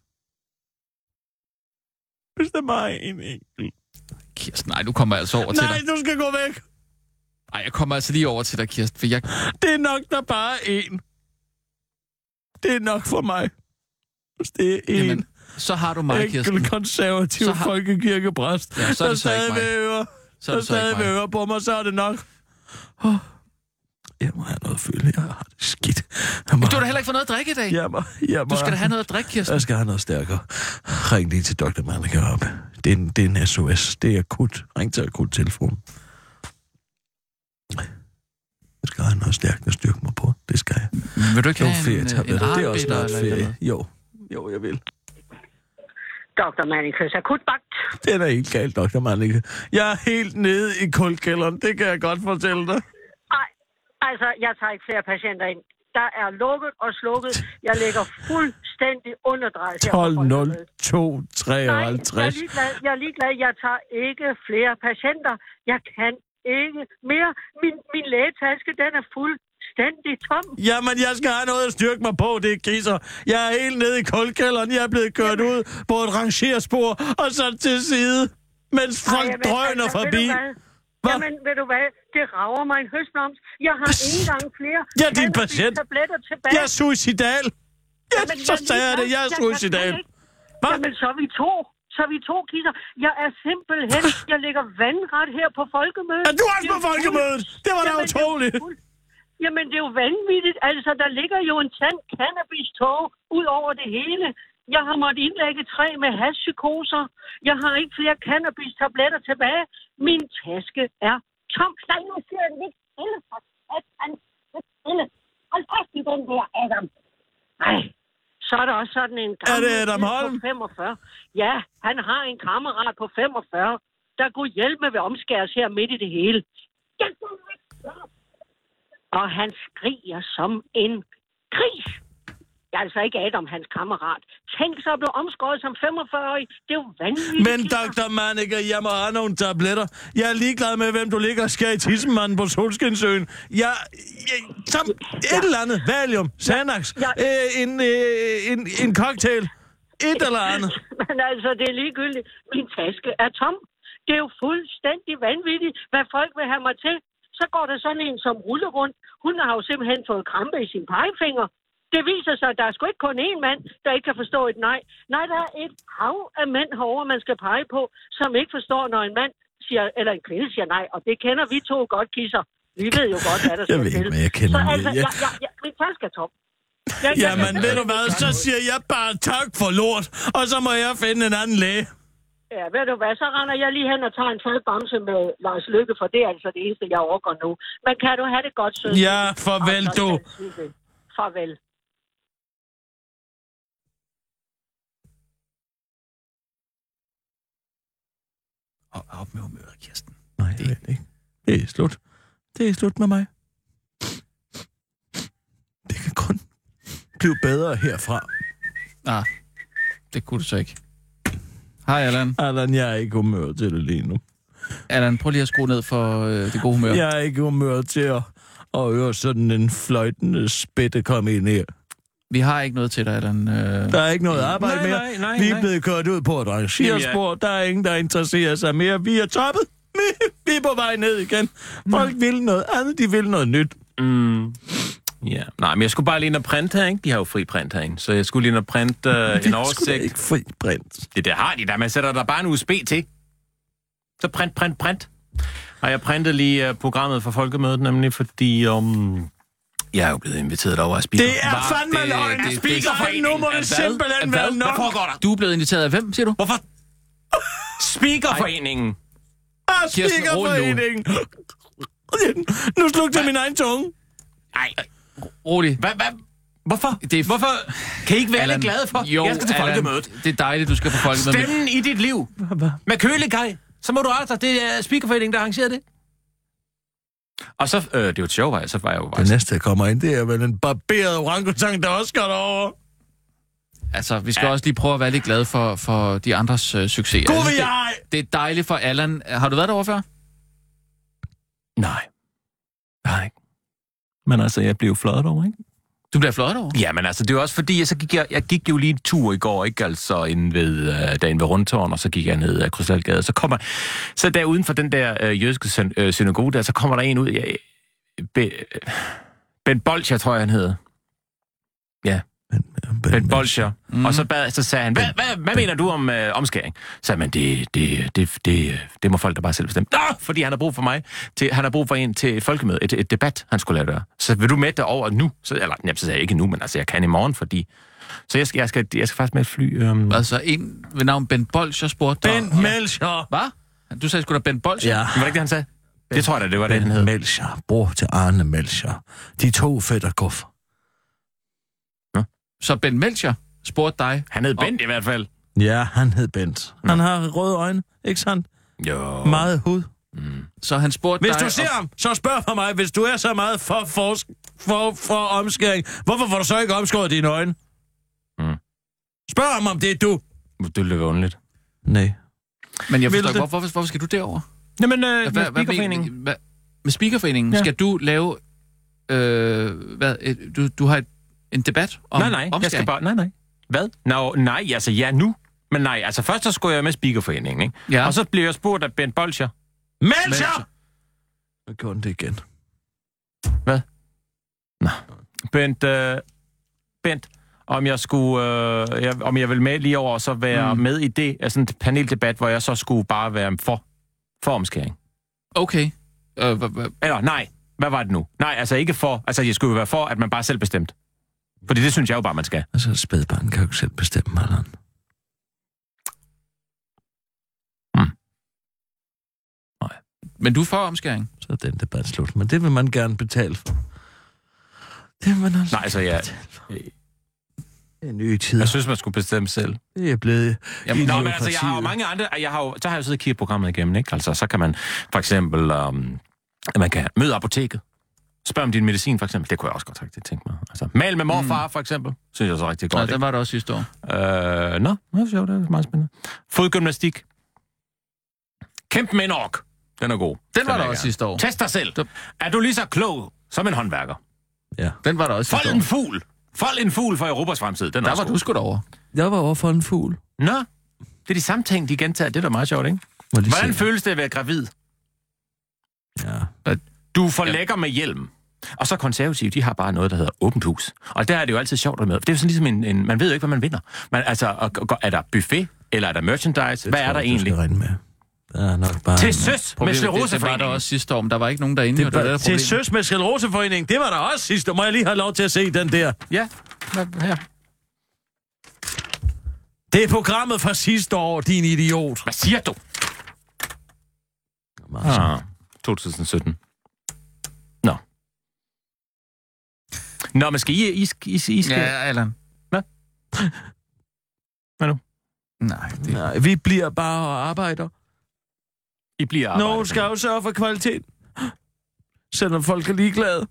Hvis der bare er en enkelt. Kirsten, nej, nu kommer jeg altså over til dig. Nej, du skal gå væk. Nej, jeg kommer altså lige over til dig, Kirsten, for jeg... Det er nok, der bare er en. Det er nok for mig. Hvis det er en. Jamen, så har du mig, Kirsten. Enkelt konservativ folkekirkepræst. Ja, så er det så ikke mig. Så er det så ikke mig. På mig, så er det nok. Jeg må have noget fylde. Jeg har det skidt. Men du har da heller ikke fået noget at drikke i dag. Du skal da have noget at drikke, Kirsten. Jeg skal have noget stærkere. Ring lige til Dr. Manninger op. Det er en SOS. Det er akut. Ring til akut-telefonen. Jeg skal have noget stærkt at styrke mig på. Det skal jeg. Vil du ikke have en det er også snart eller ferie. Jo, jeg vil. Dr. Mannikes akutvagt. Det er da helt galt, Dr. Manninger. Jeg er helt nede i kuldkælderen. Det kan jeg godt fortælle dig. Nej, altså, jeg tager ikke flere patienter ind. Der er lukket og slukket. Jeg ligger fuldstændig underdrejet. 12.02.53. Nej, jeg er ligeglad. Jeg tager ikke flere patienter. Jeg kan ikke mere. Min lægetaske, den er fuldstændig tom. Jamen, jeg skal have noget at styrke mig på, det er kisser. Jeg er helt nede i kuldkælderen. Jeg er blevet kørt ud på et rangerspor og sat til side, mens folk drøner forbi. Jamen, ved du hvad? Det rager mig en høstblomst. Jeg har ikke engang flere tabletter tilbage. Jeg er suicidal. Så sagde jeg det. Jeg er suicidal. Jamen, så er vi to kisser. Jeg er simpelthen... Jeg ligger vandret her på folkemødet. Er du også på folkemødet? Det var da utroligt. Jamen, det er jo vanvittigt. Altså, der ligger jo en tand cannabis-tog ud over det hele. Jeg har måttet indlægge 3 med hashpsykoser. Jeg har ikke flere cannabis-tabletter tilbage. Min taske er tom. Nej, nu siger jeg det ikke stille for satan. Stille. Hold fast i den der, Adam. Nej. Så er der også sådan en gammel på 45. Ja, han har en kammerat på 45, der kunne hjælpe med at omskæres her midt i det hele. Og han skriger som en gris. Jeg er altså ikke Adam, hans kammerat. Tænk så at blive omskåret som 45-årig. Det er jo vanvittigt. Men Dr. Manninger, jeg må have nogle tabletter. Jeg er ligeglad med, hvem du ligger og skærer i tissemanden på Solskinsøen. Et eller andet. Valium, Xanax, en cocktail. Et eller andet. Men altså, det er ligegyldigt. Min taske er tom. Det er jo fuldstændig vanvittigt, hvad folk vil have mig til. Så går der sådan en som ruller rundt. Hun har jo simpelthen fået krampe i sin pegefinger. Det viser sig, at der er sgu ikke kun én mand, der ikke kan forstå et nej. Nej, der er et hav af mænd herovre, man skal pege på, som ikke forstår, når en mand siger, eller en kvinde siger nej. Og det kender vi to godt, kisser. Vi ved jo godt, hvad der skal til. Jeg ved ikke, hvad jeg kender. Så altså, min taske er tom. Jamen, ved du hvad, så siger jeg bare tak for lort, og så må jeg finde en anden læge. Ja, ved du hvad, så render jeg lige hen og tager en fed bamse med Lars Lykke, for det er altså det eneste, jeg overgår nu. Men kan du have det godt, sød? Ja, farvel du. Farvel. Op med humøret, Kirsten. Nej, det er ikke. Det er slut. Det er slut med mig. Det kan kun blive bedre herfra. Det kunne du så ikke. Hej, Allan. Allan, jeg er ikke humør til det lige nu. Allan, prøv lige at skrue ned for det gode humør. Jeg er ikke humør til at høre sådan en fløjtende spætte komme ind her. Vi har ikke noget til dig, Allan. Der er ikke noget arbejde mere. Nej. Vi er blevet kørt ud på et rangerspor. Der er ingen, der interesserer sig mere. Vi er toppet. Vi er på vej ned igen. Folk vil noget andet. De vil noget nyt. Ja, nej, men jeg skulle bare lige ind og printe her, ikke? De har jo fri print herinde, så jeg skulle lige ind og printe en oversigt. Det er ikke fri print. Det har de der. Man sætter der bare en USB til. Så print. Og jeg printede lige programmet for Folkemødet, nemlig fordi jeg er jo blevet inviteret over at speaker. Det er fandme løgn. Speakerforeningen. Nu må det simpelthen være nok. Hvad foregår der? Du er blevet inviteret af hvem, siger du? Hvorfor? Speakerforeningen. Speakerforeningen. Nu slugte jeg min egen tunge. Nej. Rolig. Hvad? Hvorfor? Hvorfor kan I ikke være lidt glade for? Jo, jeg skal til Folkemødet. Det er dejligt, du skal på Folkemødet. Stemmen i dit liv. Med Kølegej. Så må du altså. Det er Speakerforeningen, der arrangerer det. Og så, det er jo et sjov, så var jeg jo bare... Det næste, der kommer ind, det er vel en barberet orangutang, der også går derover. Altså, vi skal også lige prøve at være lidt glade for de andres succes. Det er dejligt for Allan. Har du været derovre før? Nej. Nej. Men altså, jeg blev flot over, ikke? Du bliver flot over? Ja, men altså, det er også fordi, jeg gik jo lige en tur i går, ikke? Altså, inde ved Rundtårn, og så gik jeg ned ad Krystalgade. Så der uden for den der jødiske synagoge der, så kommer der en ud. Ben Bolscher, tror jeg, han hedder. Ja, Ben Bolsjer. Og så sagde han, hvad mener du om omskæring? Så sagde man, det må folk da bare selv bestemme. Fordi han har brug for mig. Han har brug for en til et folkemøde, et debat, han skulle lave der. Så vil du med derover nu? Så sagde jeg ikke nu, men altså, jeg kan i morgen, fordi... Så jeg skal faktisk med et fly... Altså, en ved navn Ben Bolsjer spurgte dig... Ben Melchior! Hvad? Du sagde sgu da Ben Bolsjer? Ja. Var det ikke det, han sagde? Det tror jeg da, det var det, han hed. Melchior, bror til Arne Melchior. De to fætterguffer. Så Ben Melchior spurgte dig... Han hed Bent i hvert fald. Ja, han hed Bent. Han har røde øjne, ikke sandt? Jo. Meget hud. Så han spurgte Hvis dig... du ser ham, så spørg for mig, hvis du er så meget for omskæring, hvorfor får du så ikke omskåret dine øjne? Spørg ham, om det er du. Det løber underligt. Nej. Men jeg forstår ikke, hvorfor skal du derover? Jamen, med Speakerforeningen. Med Speakerforeningen? Ja. Skal du lave... Du har en debat om Nej, jeg skal bare... Nej. Hvad? Nej, altså ja nu. Men nej, altså først så skulle jeg med Speakerforeningen, ikke? Ja. Og så bliver jeg spurgt af Ben Bolsjer. Melchior! Nu gjorde den det igen. Hvad? Nå. Bent, om jeg skulle... om jeg vil med lige over og så være med i det, altså en paneldebat, hvor jeg så skulle bare være for omskæring. Okay. Eller nej, hvad var det nu? Nej, altså ikke for... Altså jeg skulle være for, at man bare selv bestemt. Fordi det synes jeg jo bare, man skal. Altså spædbarn kan jo ikke selv bestemme, Allan. Nej. Men du er for omskæring? Så er den debat slut. Men det vil man gerne betale for. Det vil man altså... Nej, altså jeg... En ny tid. Jeg synes, man skulle bestemme selv. Det er blevet... Jamen, men altså, jeg har jo mange andre... Så har jeg siddet og kigget programmet igennem, ikke? Altså, så kan man for eksempel... man kan møde apoteket. Spørg om din medicin, for eksempel. Det kunne jeg også godt rigtig tænke mig. Altså, mal med morfar, for eksempel. Synes jeg så rigtig godt. Nej, det var det også sidste år. Det er sjovt, det er meget spændende. Fodgymnastik. Kæmp med en ork. Den er god. Den var der også sidste år. Test dig selv. Er du lige så klog som en håndværker? Ja. Den var der også sidste år. Fold en fugl for Europas fremtid. Den der var du sgu derovre. Jeg var over for en fugl. Nå, det er de samme ting, de gentager. Det er da meget sjovt, ikke? Hvordan føles det at være gravid? Ja. Du er for lækker med hjelm. Og så konservative, de har bare noget, der hedder åbent hus. Og der er det jo altid sjovt med. Det er jo sådan ligesom man ved jo ikke, hvad man vinder. Men altså, er der buffet, eller er der merchandise? Hvad er der egentlig? Med. Der er nok bare... Til søs med Skleroseforeningen. Det var der også sidste år, men der var ikke nogen derinde. Til søs med Skleroseforeningen, det var der også sidste år. Må jeg lige have lov til at se den der? Ja, her. Det er programmet fra sidste år, din idiot. Hvad siger du? 2017. Nå, men skal I skal... Ja, Allan. Hvad? Hvad nu? Nej, vi bliver bare og arbejder. I bliver arbejder. Nogen skal jo sørge for kvalitet. Selvom folk er ligeglade.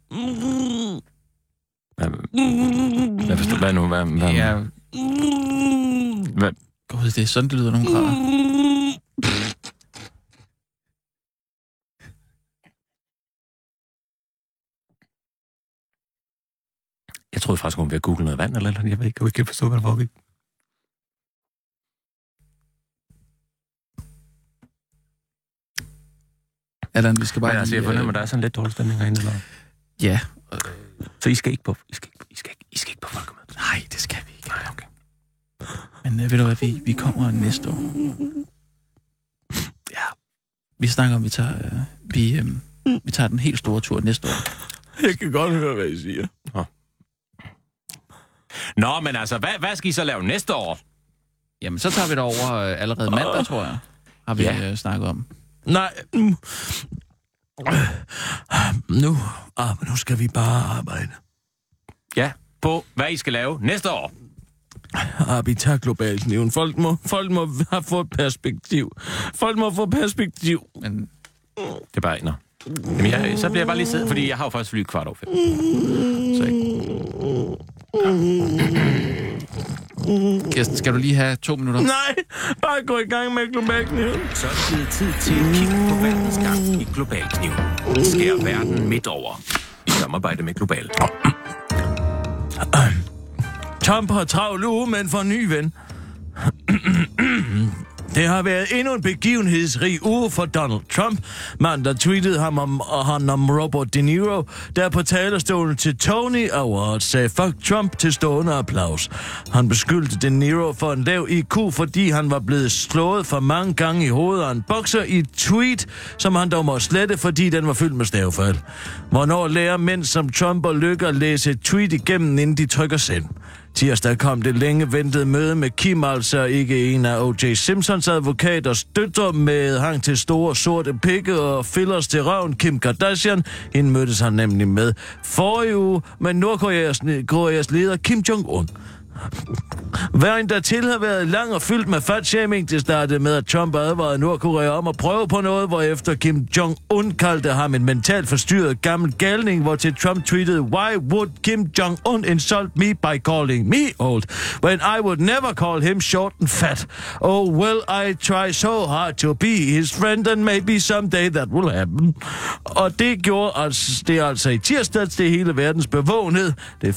Hvad forstår hvad nu? Hvad? Ja. Hvad? Gud, det er sådan, det lyder nogle grader. Jeg troede faktisk, hun var ved at google noget vand, eller jeg ved ikke, jeg kan ikke forstå, hvad der foregik. Allan, vi skal bare... Men altså, jeg fornemmer, der er sådan lidt dårlig stemning herinde, eller? Ja. Så I skal ikke på folkemødet? Nej, det skal vi ikke. Nej, okay. Men ved du hvad, vi kommer næste år. Ja. Vi snakker om, vi tager den helt store tur næste år. Jeg kan godt høre, hvad I siger. Nå, men altså, hvad skal I så lave næste år? Jamen, så tager vi det over allerede mandag, tror jeg, har vi snakket om. Nej, nu skal vi bare arbejde. Ja, på hvad I skal lave næste år. Vi tager globalt kniven. Folk må have fået perspektiv. Folk må få perspektiv. Men det er bare ikke noget. Jamen, så bliver jeg bare lige siddet, fordi jeg har jo først fly 4:15. Så ikke. Kirsten, skal du lige have 2 minutter? Nej, bare gå i gang med globalkniven. Så er det tid til et kig på verdens gang i globalkniv. Skær verden midt over i samarbejde med Global. Trump har travlt uge, men for en ny ven. Det har været endnu en begivenhedsrig uge for Donald Trump. Mandag tweetede han om Robert De Niro, der på talerstolen til Tony Awards sagde fuck Trump til stående applaus. Han beskyldte De Niro for en lav IQ, fordi han var blevet slået for mange gange i hovedet af en bokser i et tweet, som han dog må slette, fordi den var fyldt med stavefejl. Hvornår lærer mænd som Trump og Lykke at læse et tweet igennem, inden de trykker send? Tirsdag kom det længe ventede møde med Kim, altså ikke en af O.J. Simpsons advokaters døtre med hang til store sorte pikke og fillers til røven, Kim Kardashian. Hende mødtes han nemlig med forrige uge med Nordkoreas leder Kim Jong-un. Vejen dertil har været lang og fyldt med fatshaming. Det startede med, at Trump advarede Nordkorea om at prøve på noget, hvorefter Kim Jong-un kaldte ham en mentalt forstyrret gammel galning, hvor til Trump tweetede, "Why would Kim Jong-un insult me by calling me old, when I would never call him short and fat? Oh, well, I try so hard to be his friend, and maybe someday that will happen." Og det gjorde altså i tirsdags det hele verdens bevågenhed.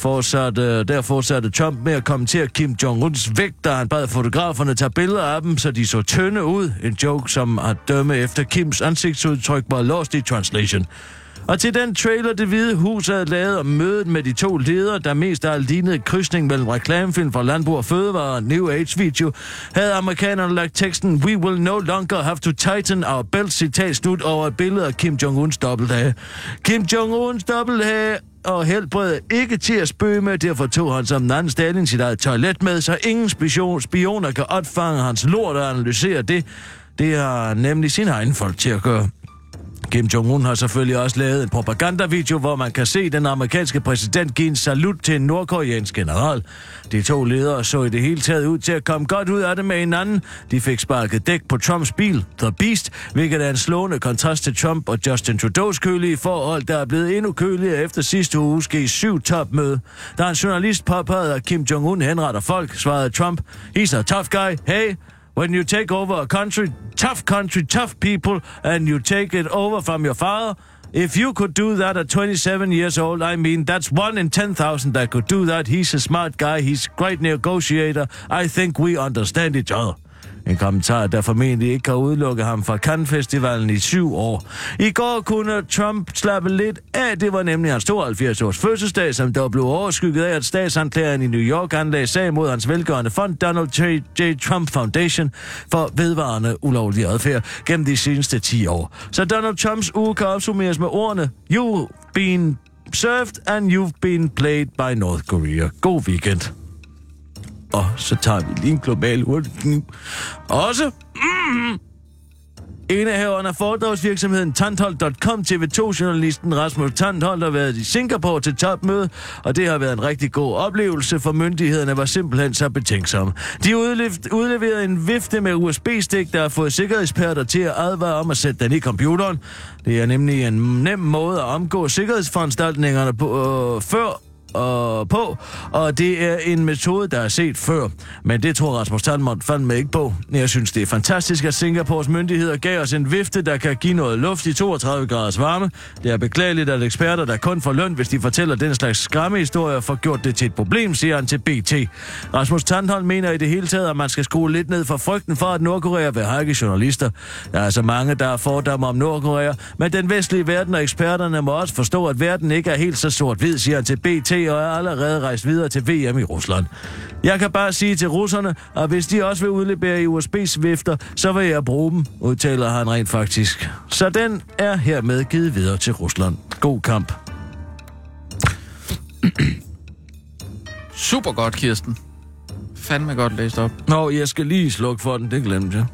Der fortsatte Trump med at kommentere Kim Jong-uns vægt, da han bad fotograferne tage billeder af dem, så de så tynde ud. En joke, som at dømme efter Kims ansigtsudtryk var lost i translation. Og til den trailer, Det Hvide Hus havde lavet om mødet med de to ledere, der mest af alt lignede krydsning mellem reklamefilm fra Landbrug og Fødevare og New Age video, havde amerikanerne lagt teksten "We will no longer have to tighten our belt" citat slut over et billede af Kim Jong-uns dobbelthage. Kim Jong-uns dobbelthage og helbred ikke til at spøge med, derfor tog han som den anden Stalin sit eget toilet med, så ingen spioner kan opfange hans lort og analysere det. Det har nemlig sin egen folk til at gøre. Kim Jong-un har selvfølgelig også lavet en propagandavideo, hvor man kan se den amerikanske præsident give en salut til en nordkoreansk general. De to ledere så i det hele taget ud til at komme godt ud af det med hinanden. De fik sparket dæk på Trumps bil, The Beast, hvilket er en slående kontrast til Trump og Justin Trudeaus kølige forhold, der er blevet endnu køligere efter sidste uges G7-topmøde. Da en journalist påpegede, at Kim Jong-un henretter folk, svarede Trump, "He's a tough guy. Hey, when you take over a country, tough people, and you take it over from your father, if you could do that at 27 years old, I mean, that's 1 in 10,000 that could do that. He's a smart guy. He's a great negotiator. I think we understand each other." En kommentar, der formentlig ikke kan udelukke ham fra Cannes-festivalen i 7 år. I går kunne Trump slappe lidt af. Det var nemlig hans 72-års fødselsdag, som dog blev overskygget af, at statsanklageren i New York anlagde sag mod hans velgørende fond, Donald J. Trump Foundation, for vedvarende ulovlig adfærd gennem de seneste 10 år. Så Donald Trumps uge kan opsummeres med ordene: "You've been served, and you've been played by North Korea." God weekend. Og så tager vi lige en global hurtig. Også indehaveren af foredragsvirksomheden Tantholdt.com, TV2-journalisten Rasmus Tantholdt, har været i Singapore til topmøde, og det har været en rigtig god oplevelse, for myndighederne var simpelthen så betænksomme. De udleverede en vifte med USB-stik, der har fået sikkerhedseksperter til at advare om at sætte den i computeren. Det er nemlig en nem måde at omgå sikkerhedsforanstaltningerne og det er en metode, der er set før. Men det tror Rasmus Tantholdt fandme ikke på. Jeg synes, det er fantastisk, at Singapores myndigheder gav os en vifte, der kan give noget luft i 32 graders varme. Det er beklageligt, at eksperter, der kun får løn, hvis de fortæller den slags skræmmehistorier, får gjort det til et problem, siger han til BT. Rasmus Tantholdt mener i det hele taget, at man skal skrue lidt ned for frygten for, at Nordkorea vil hacke journalister. Der er så mange, der er fordomme om Nordkorea, men den vestlige verden og eksperterne må også forstå, at verden ikke er helt så sort-hvid, siger han til BT, og er allerede rejst videre til VM i Rusland. Jeg kan bare sige til russerne, at hvis de også vil udlevere USB-svifter, så vil jeg bruge dem, udtaler han rent faktisk. Så den er hermed givet videre til Rusland. God kamp. Super godt, Kirsten. Fandme godt læst op. Nå, jeg skal lige slukke for den, det glemte jeg.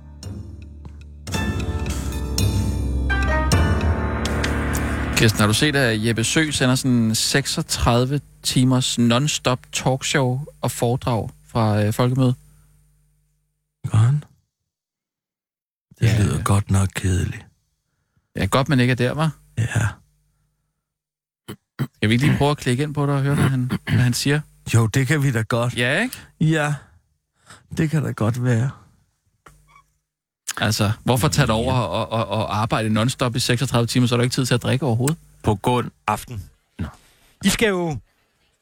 Kirsten, har du set, at Jeppe Sø sender sådan 36 timers non-stop talkshow og foredrag fra Folkemødet? Gør han? Det lyder godt nok kedeligt. Ja, godt, men ikke er der, var. Ja. Skal vi ikke lige prøve at klikke ind på det og høre, hvad han siger? Jo, det kan vi da godt. Ja, ikke? Ja, det kan da godt være. Altså, hvorfor tage det over og arbejde non-stop i 36 timer, så er der ikke tid til at drikke overhovedet? På god aften. I skal jo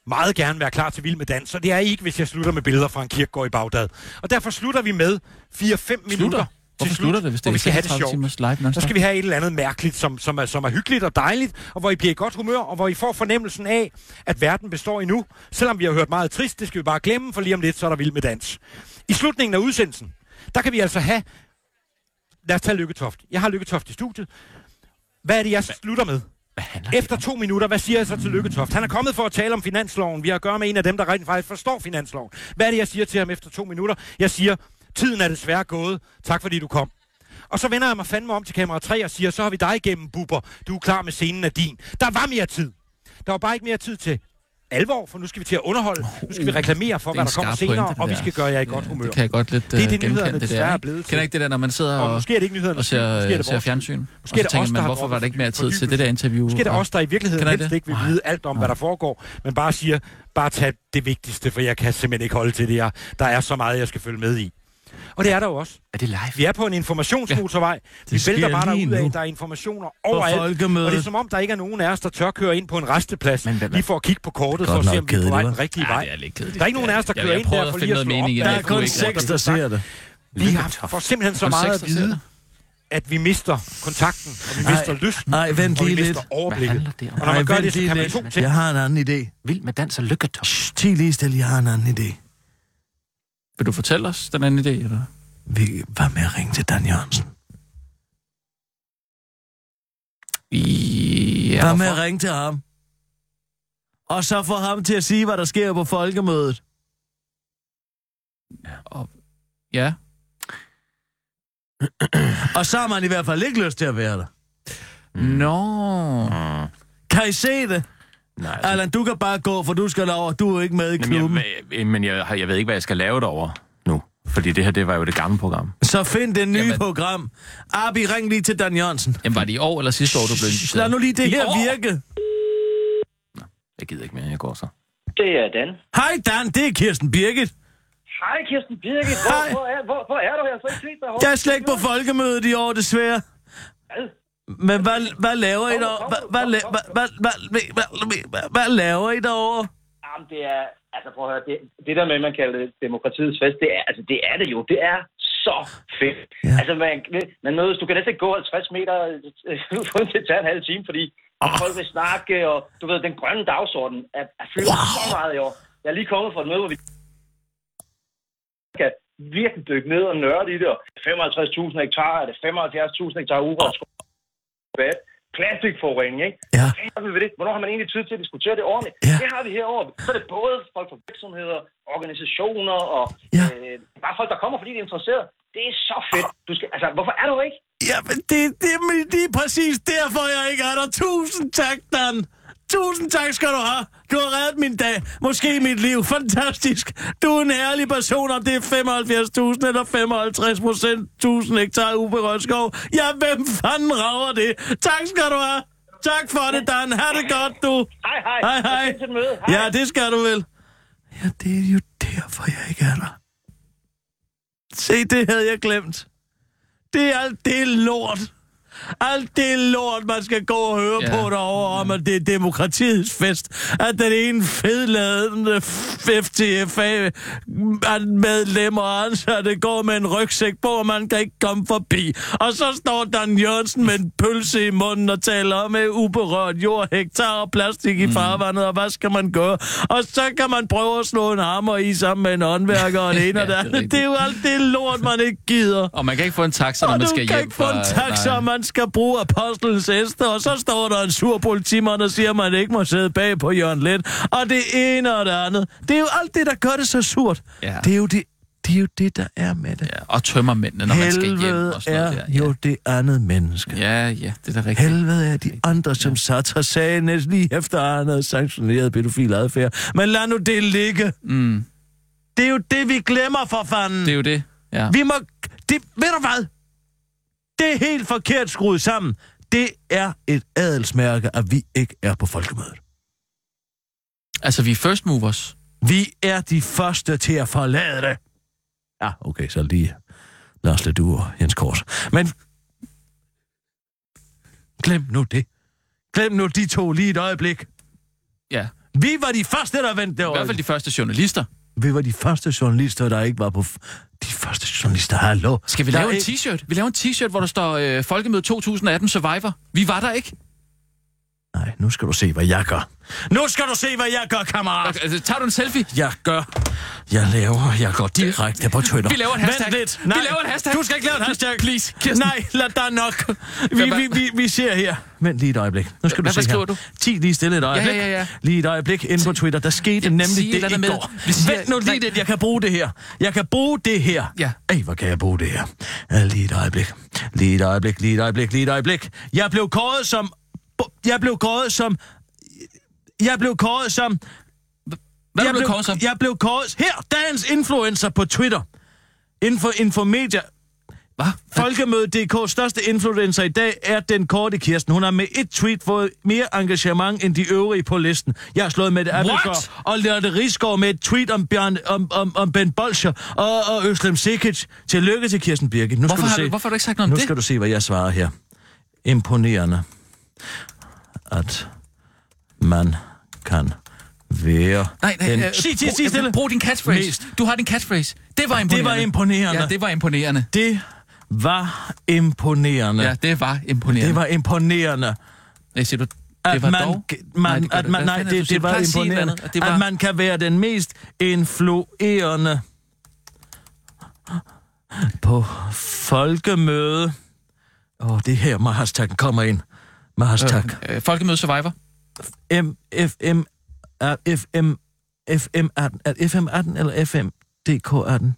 meget gerne være klar til Vild med Dans, så det er ikke, hvis jeg slutter med billeder fra en kirkegård i Bagdad. Og derfor slutter vi med 4-5 minutter. Hvorfor slutter det, hvis det vi skal have det 36 timers live sjovt? non-stop? Så skal vi have et eller andet mærkeligt, som er hyggeligt og dejligt, og hvor I bliver i godt humør, og hvor I får fornemmelsen af, at verden består endnu. Selvom vi har hørt meget trist, det skal vi bare glemme, for lige om lidt, så er der Vild med Dans. I slutningen af udsendelsen, der kan vi altså have... Lad os tage Lykketoft. Jeg har Lykketoft i studiet. Hvad er det, jeg slutter med? Efter 2 minutter, hvad siger jeg så til Lykketoft? Han er kommet for at tale om finansloven. Vi har at gøre med en af dem, der rent faktisk forstår finansloven. Hvad er det, jeg siger til ham efter 2 minutter? Jeg siger, tiden er desværre gået. Tak fordi du kom. Og så vender jeg mig fandme om til kamera 3 og siger, så har vi dig igennem, Bubber. Du er klar med scenen af din. Der var mere tid. Der var bare ikke mere tid til alvor, for nu skal vi til at underholde. Nu skal vi reklamere for, hvad der kommer senere, og vi skal gøre jer i godt humør. Det kan jeg godt lidt det er det, nyhederne det desværre der, er blevet til. Kender ikke det der, når man sidder og måske er det ikke nyhederne, og ser fjernsyn? Måske og så tænker man, hvorfor var der ikke mere tid til det der interview? Måske er det os, der i virkeligheden helst ikke vil vide alt om, hvad der foregår, men bare siger, bare tag det vigtigste, for jeg kan simpelthen ikke holde til det her. Der er så meget, jeg skal følge med i. Og det er der jo også. Er det live? Vi er på en informationsmotorvej. Vi vælter bare derudad. Der er informationer overalt. Og det er som om, der ikke er nogen af os, der tør køre ind på en resteplads. Lige for at kigge på kortet, for at se, om vi er på vej den rigtige vej. Der er ikke nogen af os, der kører ind der for lige at slå op. Der er kun 6, der ser det. Vi får simpelthen så meget at vide, at vi mister kontakten, og vi mister lysten, og vi mister overblikket. Og når man gør det, så kan man 2 ting. Jeg har en anden idé. Vild med Dans og Lykketoft. Tig lige stille, jeg har en anden idé. Vil du fortælle os den anden idé, eller? Hvad med at ringe til Dan Jørgensen? Ja, hvad med at ringe til ham? Og så få ham til at sige, hvad der sker på folkemødet. Ja. Og så har man i hvert fald ikke lyst til at være der. Nå. Kan I se det? Nej, Allan, du kan bare gå, for du skal over. Du er ikke med i klubben. Men jeg ved ikke, hvad jeg skal lave derovre nu. Fordi det her, det var jo det gamle program. Så find det nye program. Abi, ring lige til Dan Jørgensen. Jamen, var det i år eller sidste år, du blev inviteret? Lad nu lige det her virke. Nå, jeg gider ikke mere, jeg går så. Det er Dan. Hej Dan, det er Kirsten Birgit. Hej Kirsten Birgit. Hvor er du? Jeg har så ikke set dig. Jeg er slet ikke på folkemødet i år, desværre. Men hvad laver I derovre? Hvad laver I derovre? Jamen, det er... Altså, prøv at høre, det der med, man kalder det demokratiets fest, det er det jo. Det er så fedt. Ja. Altså, man mødes... Du kan næsten ikke gå 50 meter uden til at tage en halv time, fordi folk vil snakke, og du ved, den grønne dagsorden er fyldt så meget i år. Jeg er lige kommet fra et møde, hvor vi kan virkelig dykke ned og nørde i det, og 55.000 hektar, er det 75.000 hektar urørt skov. Plastikforurening, ikke? Ja. Hvornår har man egentlig tid til at diskutere det ordentligt? Ja. Det har vi herovre. Så er det både folk fra virksomheder, organisationer og bare folk, der kommer, fordi de er interesseret. Det er så fedt. Hvorfor er du ikke? Jamen, det er præcis derfor, jeg ikke er der. Tusind tak, Dan. Tusind tak skal du have. Du har reddet min dag. Måske mit liv. Fantastisk. Du er en ærlig person, om det er 75.000 eller 55.000 hektar uberørt skov. Ja, hvem fanden rager det? Tak skal du have. Tak for det, Dan. Ha' det godt, du. Hej. Hej. Ja, det skal du vel. Ja, det er jo derfor, jeg ikke er der. Se, det havde jeg glemt. Det er alt det lort. Alt det lort, man skal gå og høre på derovre, om at det er demokratiets fest. At den ene fedladende FTFA-medlemmer ansatte går med en rygsæk på, og man kan ikke komme forbi. Og så står Dan Jørgensen med en pølse i munden og taler om uberørt jord, hektar og plastik i farvandet, og hvad skal man gøre? Og så kan man prøve at slå en hammer i sammen med en håndværker og det ene og det andet. Det er jo alt det lort, man ikke gider. Og man kan ikke få en taxa, når man skal hjem fra... Og du kan ikke få en taxa, man skal bruge apostelens æster, og så står der en sur politimand og siger, at man ikke må sidde bag på Jørgen Leth, og det ene og det andet. Det er jo alt det, der gør det så surt. Ja. Det er jo det, der er med det. Ja, og tømmermændene, når man skal hjem og sådan noget der. Jo det andet menneske. Ja, det er da rigtigt. Helvede er de andre, som Sartre sagde næsten lige efter, at han havde sanktioneret pædofil adfærd. Men lad nu det ligge. Mm. Det er jo det, vi glemmer, for fanden. Det er jo det, ja. Vi må... ved du hvad? Det er helt forkert skruet sammen. Det er et adelsmærke, at vi ikke er på folkemødet. Altså, vi er first movers. Vi er de første til at forlade det. Ja, okay, så lige Lars Ledoux og Jens Kors. Men glem nu det. Glem nu de to lige et øjeblik. Ja. Vi var de første, der vendte det I over. hvert fald de første journalister. Vi var de første journalister, der ikke var på... De første journalister, hallo. Skal vi lave en t-shirt? Vi laver en t-shirt, hvor der står Folkemøde 2018 Survivor. Vi var der ikke. Nej, nu skal du se, hvad jeg gør. Nu skal du se, hvad jeg gør, kammerat. Altså, tager du en selfie? Jeg går direkte på Twitter. Vi laver en hashtag. Vent lidt. Nej, vi laver en hashtag. Du skal ikke lave en hashtag. Please, Kirsten. Nej, lad dig nok. Vi ser her. Vent lige et øjeblik. Nu skal du se hvad skriver her. du? 10 lige stille et øjeblik. Ja. Lige et øjeblik inde på Twitter. Der skete nemlig det i går. Vent nu lige lidt. Jeg kan bruge det her. Ja. Ej, hvor kan jeg bruge det her? Lige et øjeblik. Jeg blev kåret som... Jeg blev kåret som... Her, dagens influencer på Twitter. Infomedia. Hvad? Folkemøde.dk største influencer i dag er den korte Kirsten. Hun har med et tweet fået mere engagement end de øvrige på listen. Jeg har slået med det Appelgaard og Lotte Risgaard med et tweet om Ben Bolscher og Øslem Sikic. Tillykke til Kirsten Birgit. Hvorfor har du ikke sagt noget om det? Nu skal du se, hvad jeg svarer her. Imponerende, at man kan være... Nej, sig stille. Brug din catchphrase. Du har din catchphrase. Det var imponerende. Ja, det var imponerende. Det var imponerende. Ja, det var imponerende. Det var imponerende. Nej, siger du, det var dog? Det var imponerende. At man kan være den mest influerende på folkemøde. Det her med hashtaggen kommer ind. Med hashtag. Folkemøde Survivor. FM18 eller FMDK18?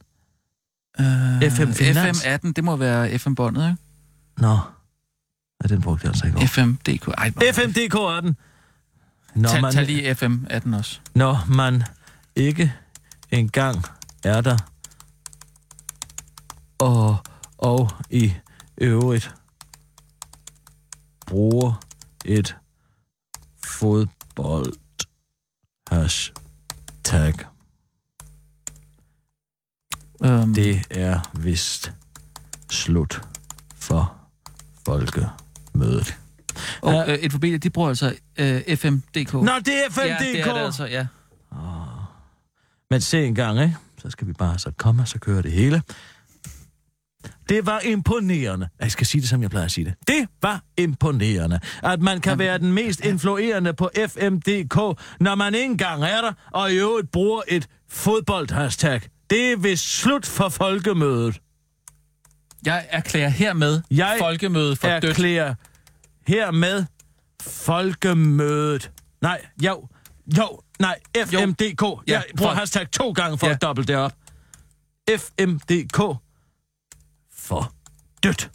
FM18, det må være FM-båndet, ikke? Nå. Ja, den brugte jeg altså ikke over. FMDK. FMDK18. Tag lige FM18 også. Når man ikke engang er der, og i øvrigt bruger et fodbold hashtag. Det er vist slut for folkemødet. Og Infomedia, de bruger altså FMDK. Nå, det er FMDK! Ja, det er det altså, ja. Men se en gang, ikke? Så skal vi bare så komme, så kører det hele. Det var imponerende. Jeg skal sige det, som jeg plejer at sige det. Det var imponerende, at man kan være den mest influerende på FMDK, når man ikke engang er der, og i øvrigt bruger et fodboldhashtag. Det er vist slut for folkemødet. Jeg erklærer hermed folkemødet for dødt. Jeg erklærer hermed folkemødet. Nej, FMDK. Jeg bruger hashtag 2 gange for at doble det op. FMDK for dødt.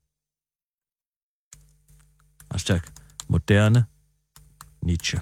Hashtag moderne Nietzsche.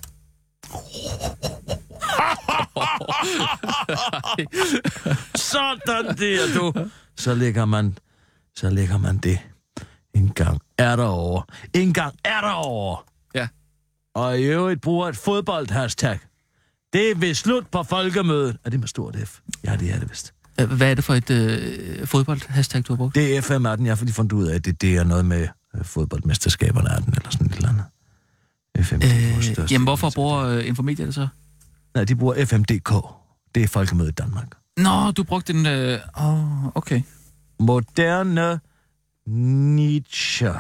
Sådan der, du. Så lægger man det. En gang er derovre. Ja. Og i øvrigt bruger et fodbold-hashtag. Det er vist slut på folkemødet. Er det med stort F? Ja, det er det vist. Hvad er det for et fodbold-hashtag, du har brugt? Det er FM18. Jeg har fordi fundet ud af, at det er noget med fodboldmesterskaberne 18 eller sådan et eller andet. Jamen, hvorfor bruger Infomedia det så? Nej, de bruger FMDK. Det er folkemødet i Danmark. Nå, du brugte den... okay. Moderne Nietzsche.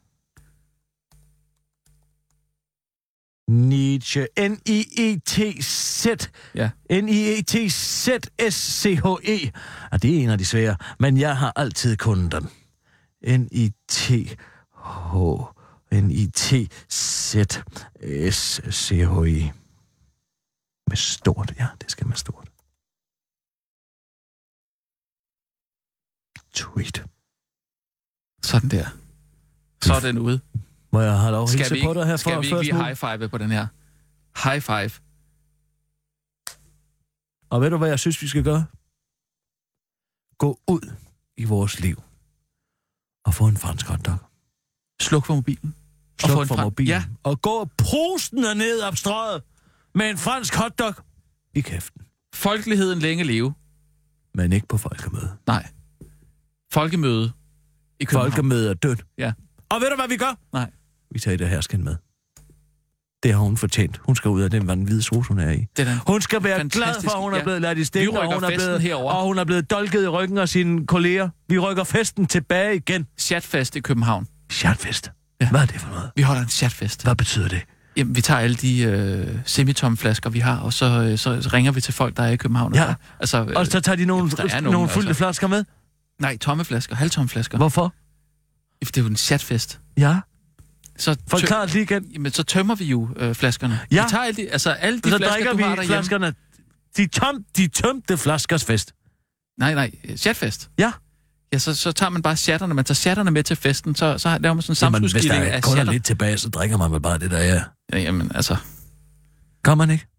Nietzsche. N-I-E-T-Z. Ja. N-I-E-T-Z-S-C-H-E. Og det er en af de svære, men jeg har altid kunnet den. N-I-T-H. N-I-T-Z-S-C-H-E. Med stort, ja, det skal med stort. Tweet. Sådan der. Så er den ude. Må jeg have lov at hilse på dig her skal vi ikke lige high-five på den her? High-five. Og ved du, hvad jeg synes, vi skal gøre? Gå ud i vores liv og få en fransk hotdog. Sluk for mobilen. Sluk for mobilen. Ja. Og gå prostende ned op strøget med en fransk hotdog i kæften. Folkeligheden længe leve. Men ikke på folkemøde. Nej. Folkemøde i København. Folkemøde er dødt. Ja. Og ved du, hvad vi gør? Nej. Vi tager det her skin med. Det har hun fortjent. Hun skal ud af den hvide sus, hun er i. Hun skal være glad for, at hun er blevet ladt i stikken, og hun er blevet dolket i ryggen af sine kolleger. Vi rykker festen tilbage igen. Chatfest i København. Chatfest? Ja. Hvad er det for noget? Vi holder en chatfest. Hvad betyder det? Jamen, vi tager alle de semitomme flasker, vi har, og så ringer vi til folk, der er i København. Ja, og så tager de nogle fyldte flasker med? Nej, tomme flasker, halvtomme flasker. Hvorfor? Det er jo en chatfest. Ja. Forklar det lige igen. Jamen, så tømmer vi jo flaskerne. Ja. Vi tager alle de så flasker, drikker du vi har derhjemme. Flaskerne. De tømte flaskers fest. Nej, chatfest. Ja. Ja, så tager man bare chatterne. Man tager chatterne med til festen, så laver man sådan en samfundsskilling af chatter. Hvis der kun er lidt tilbage, så drikker man vel bare det der, ja. Jamen, altså... Gør man ikke?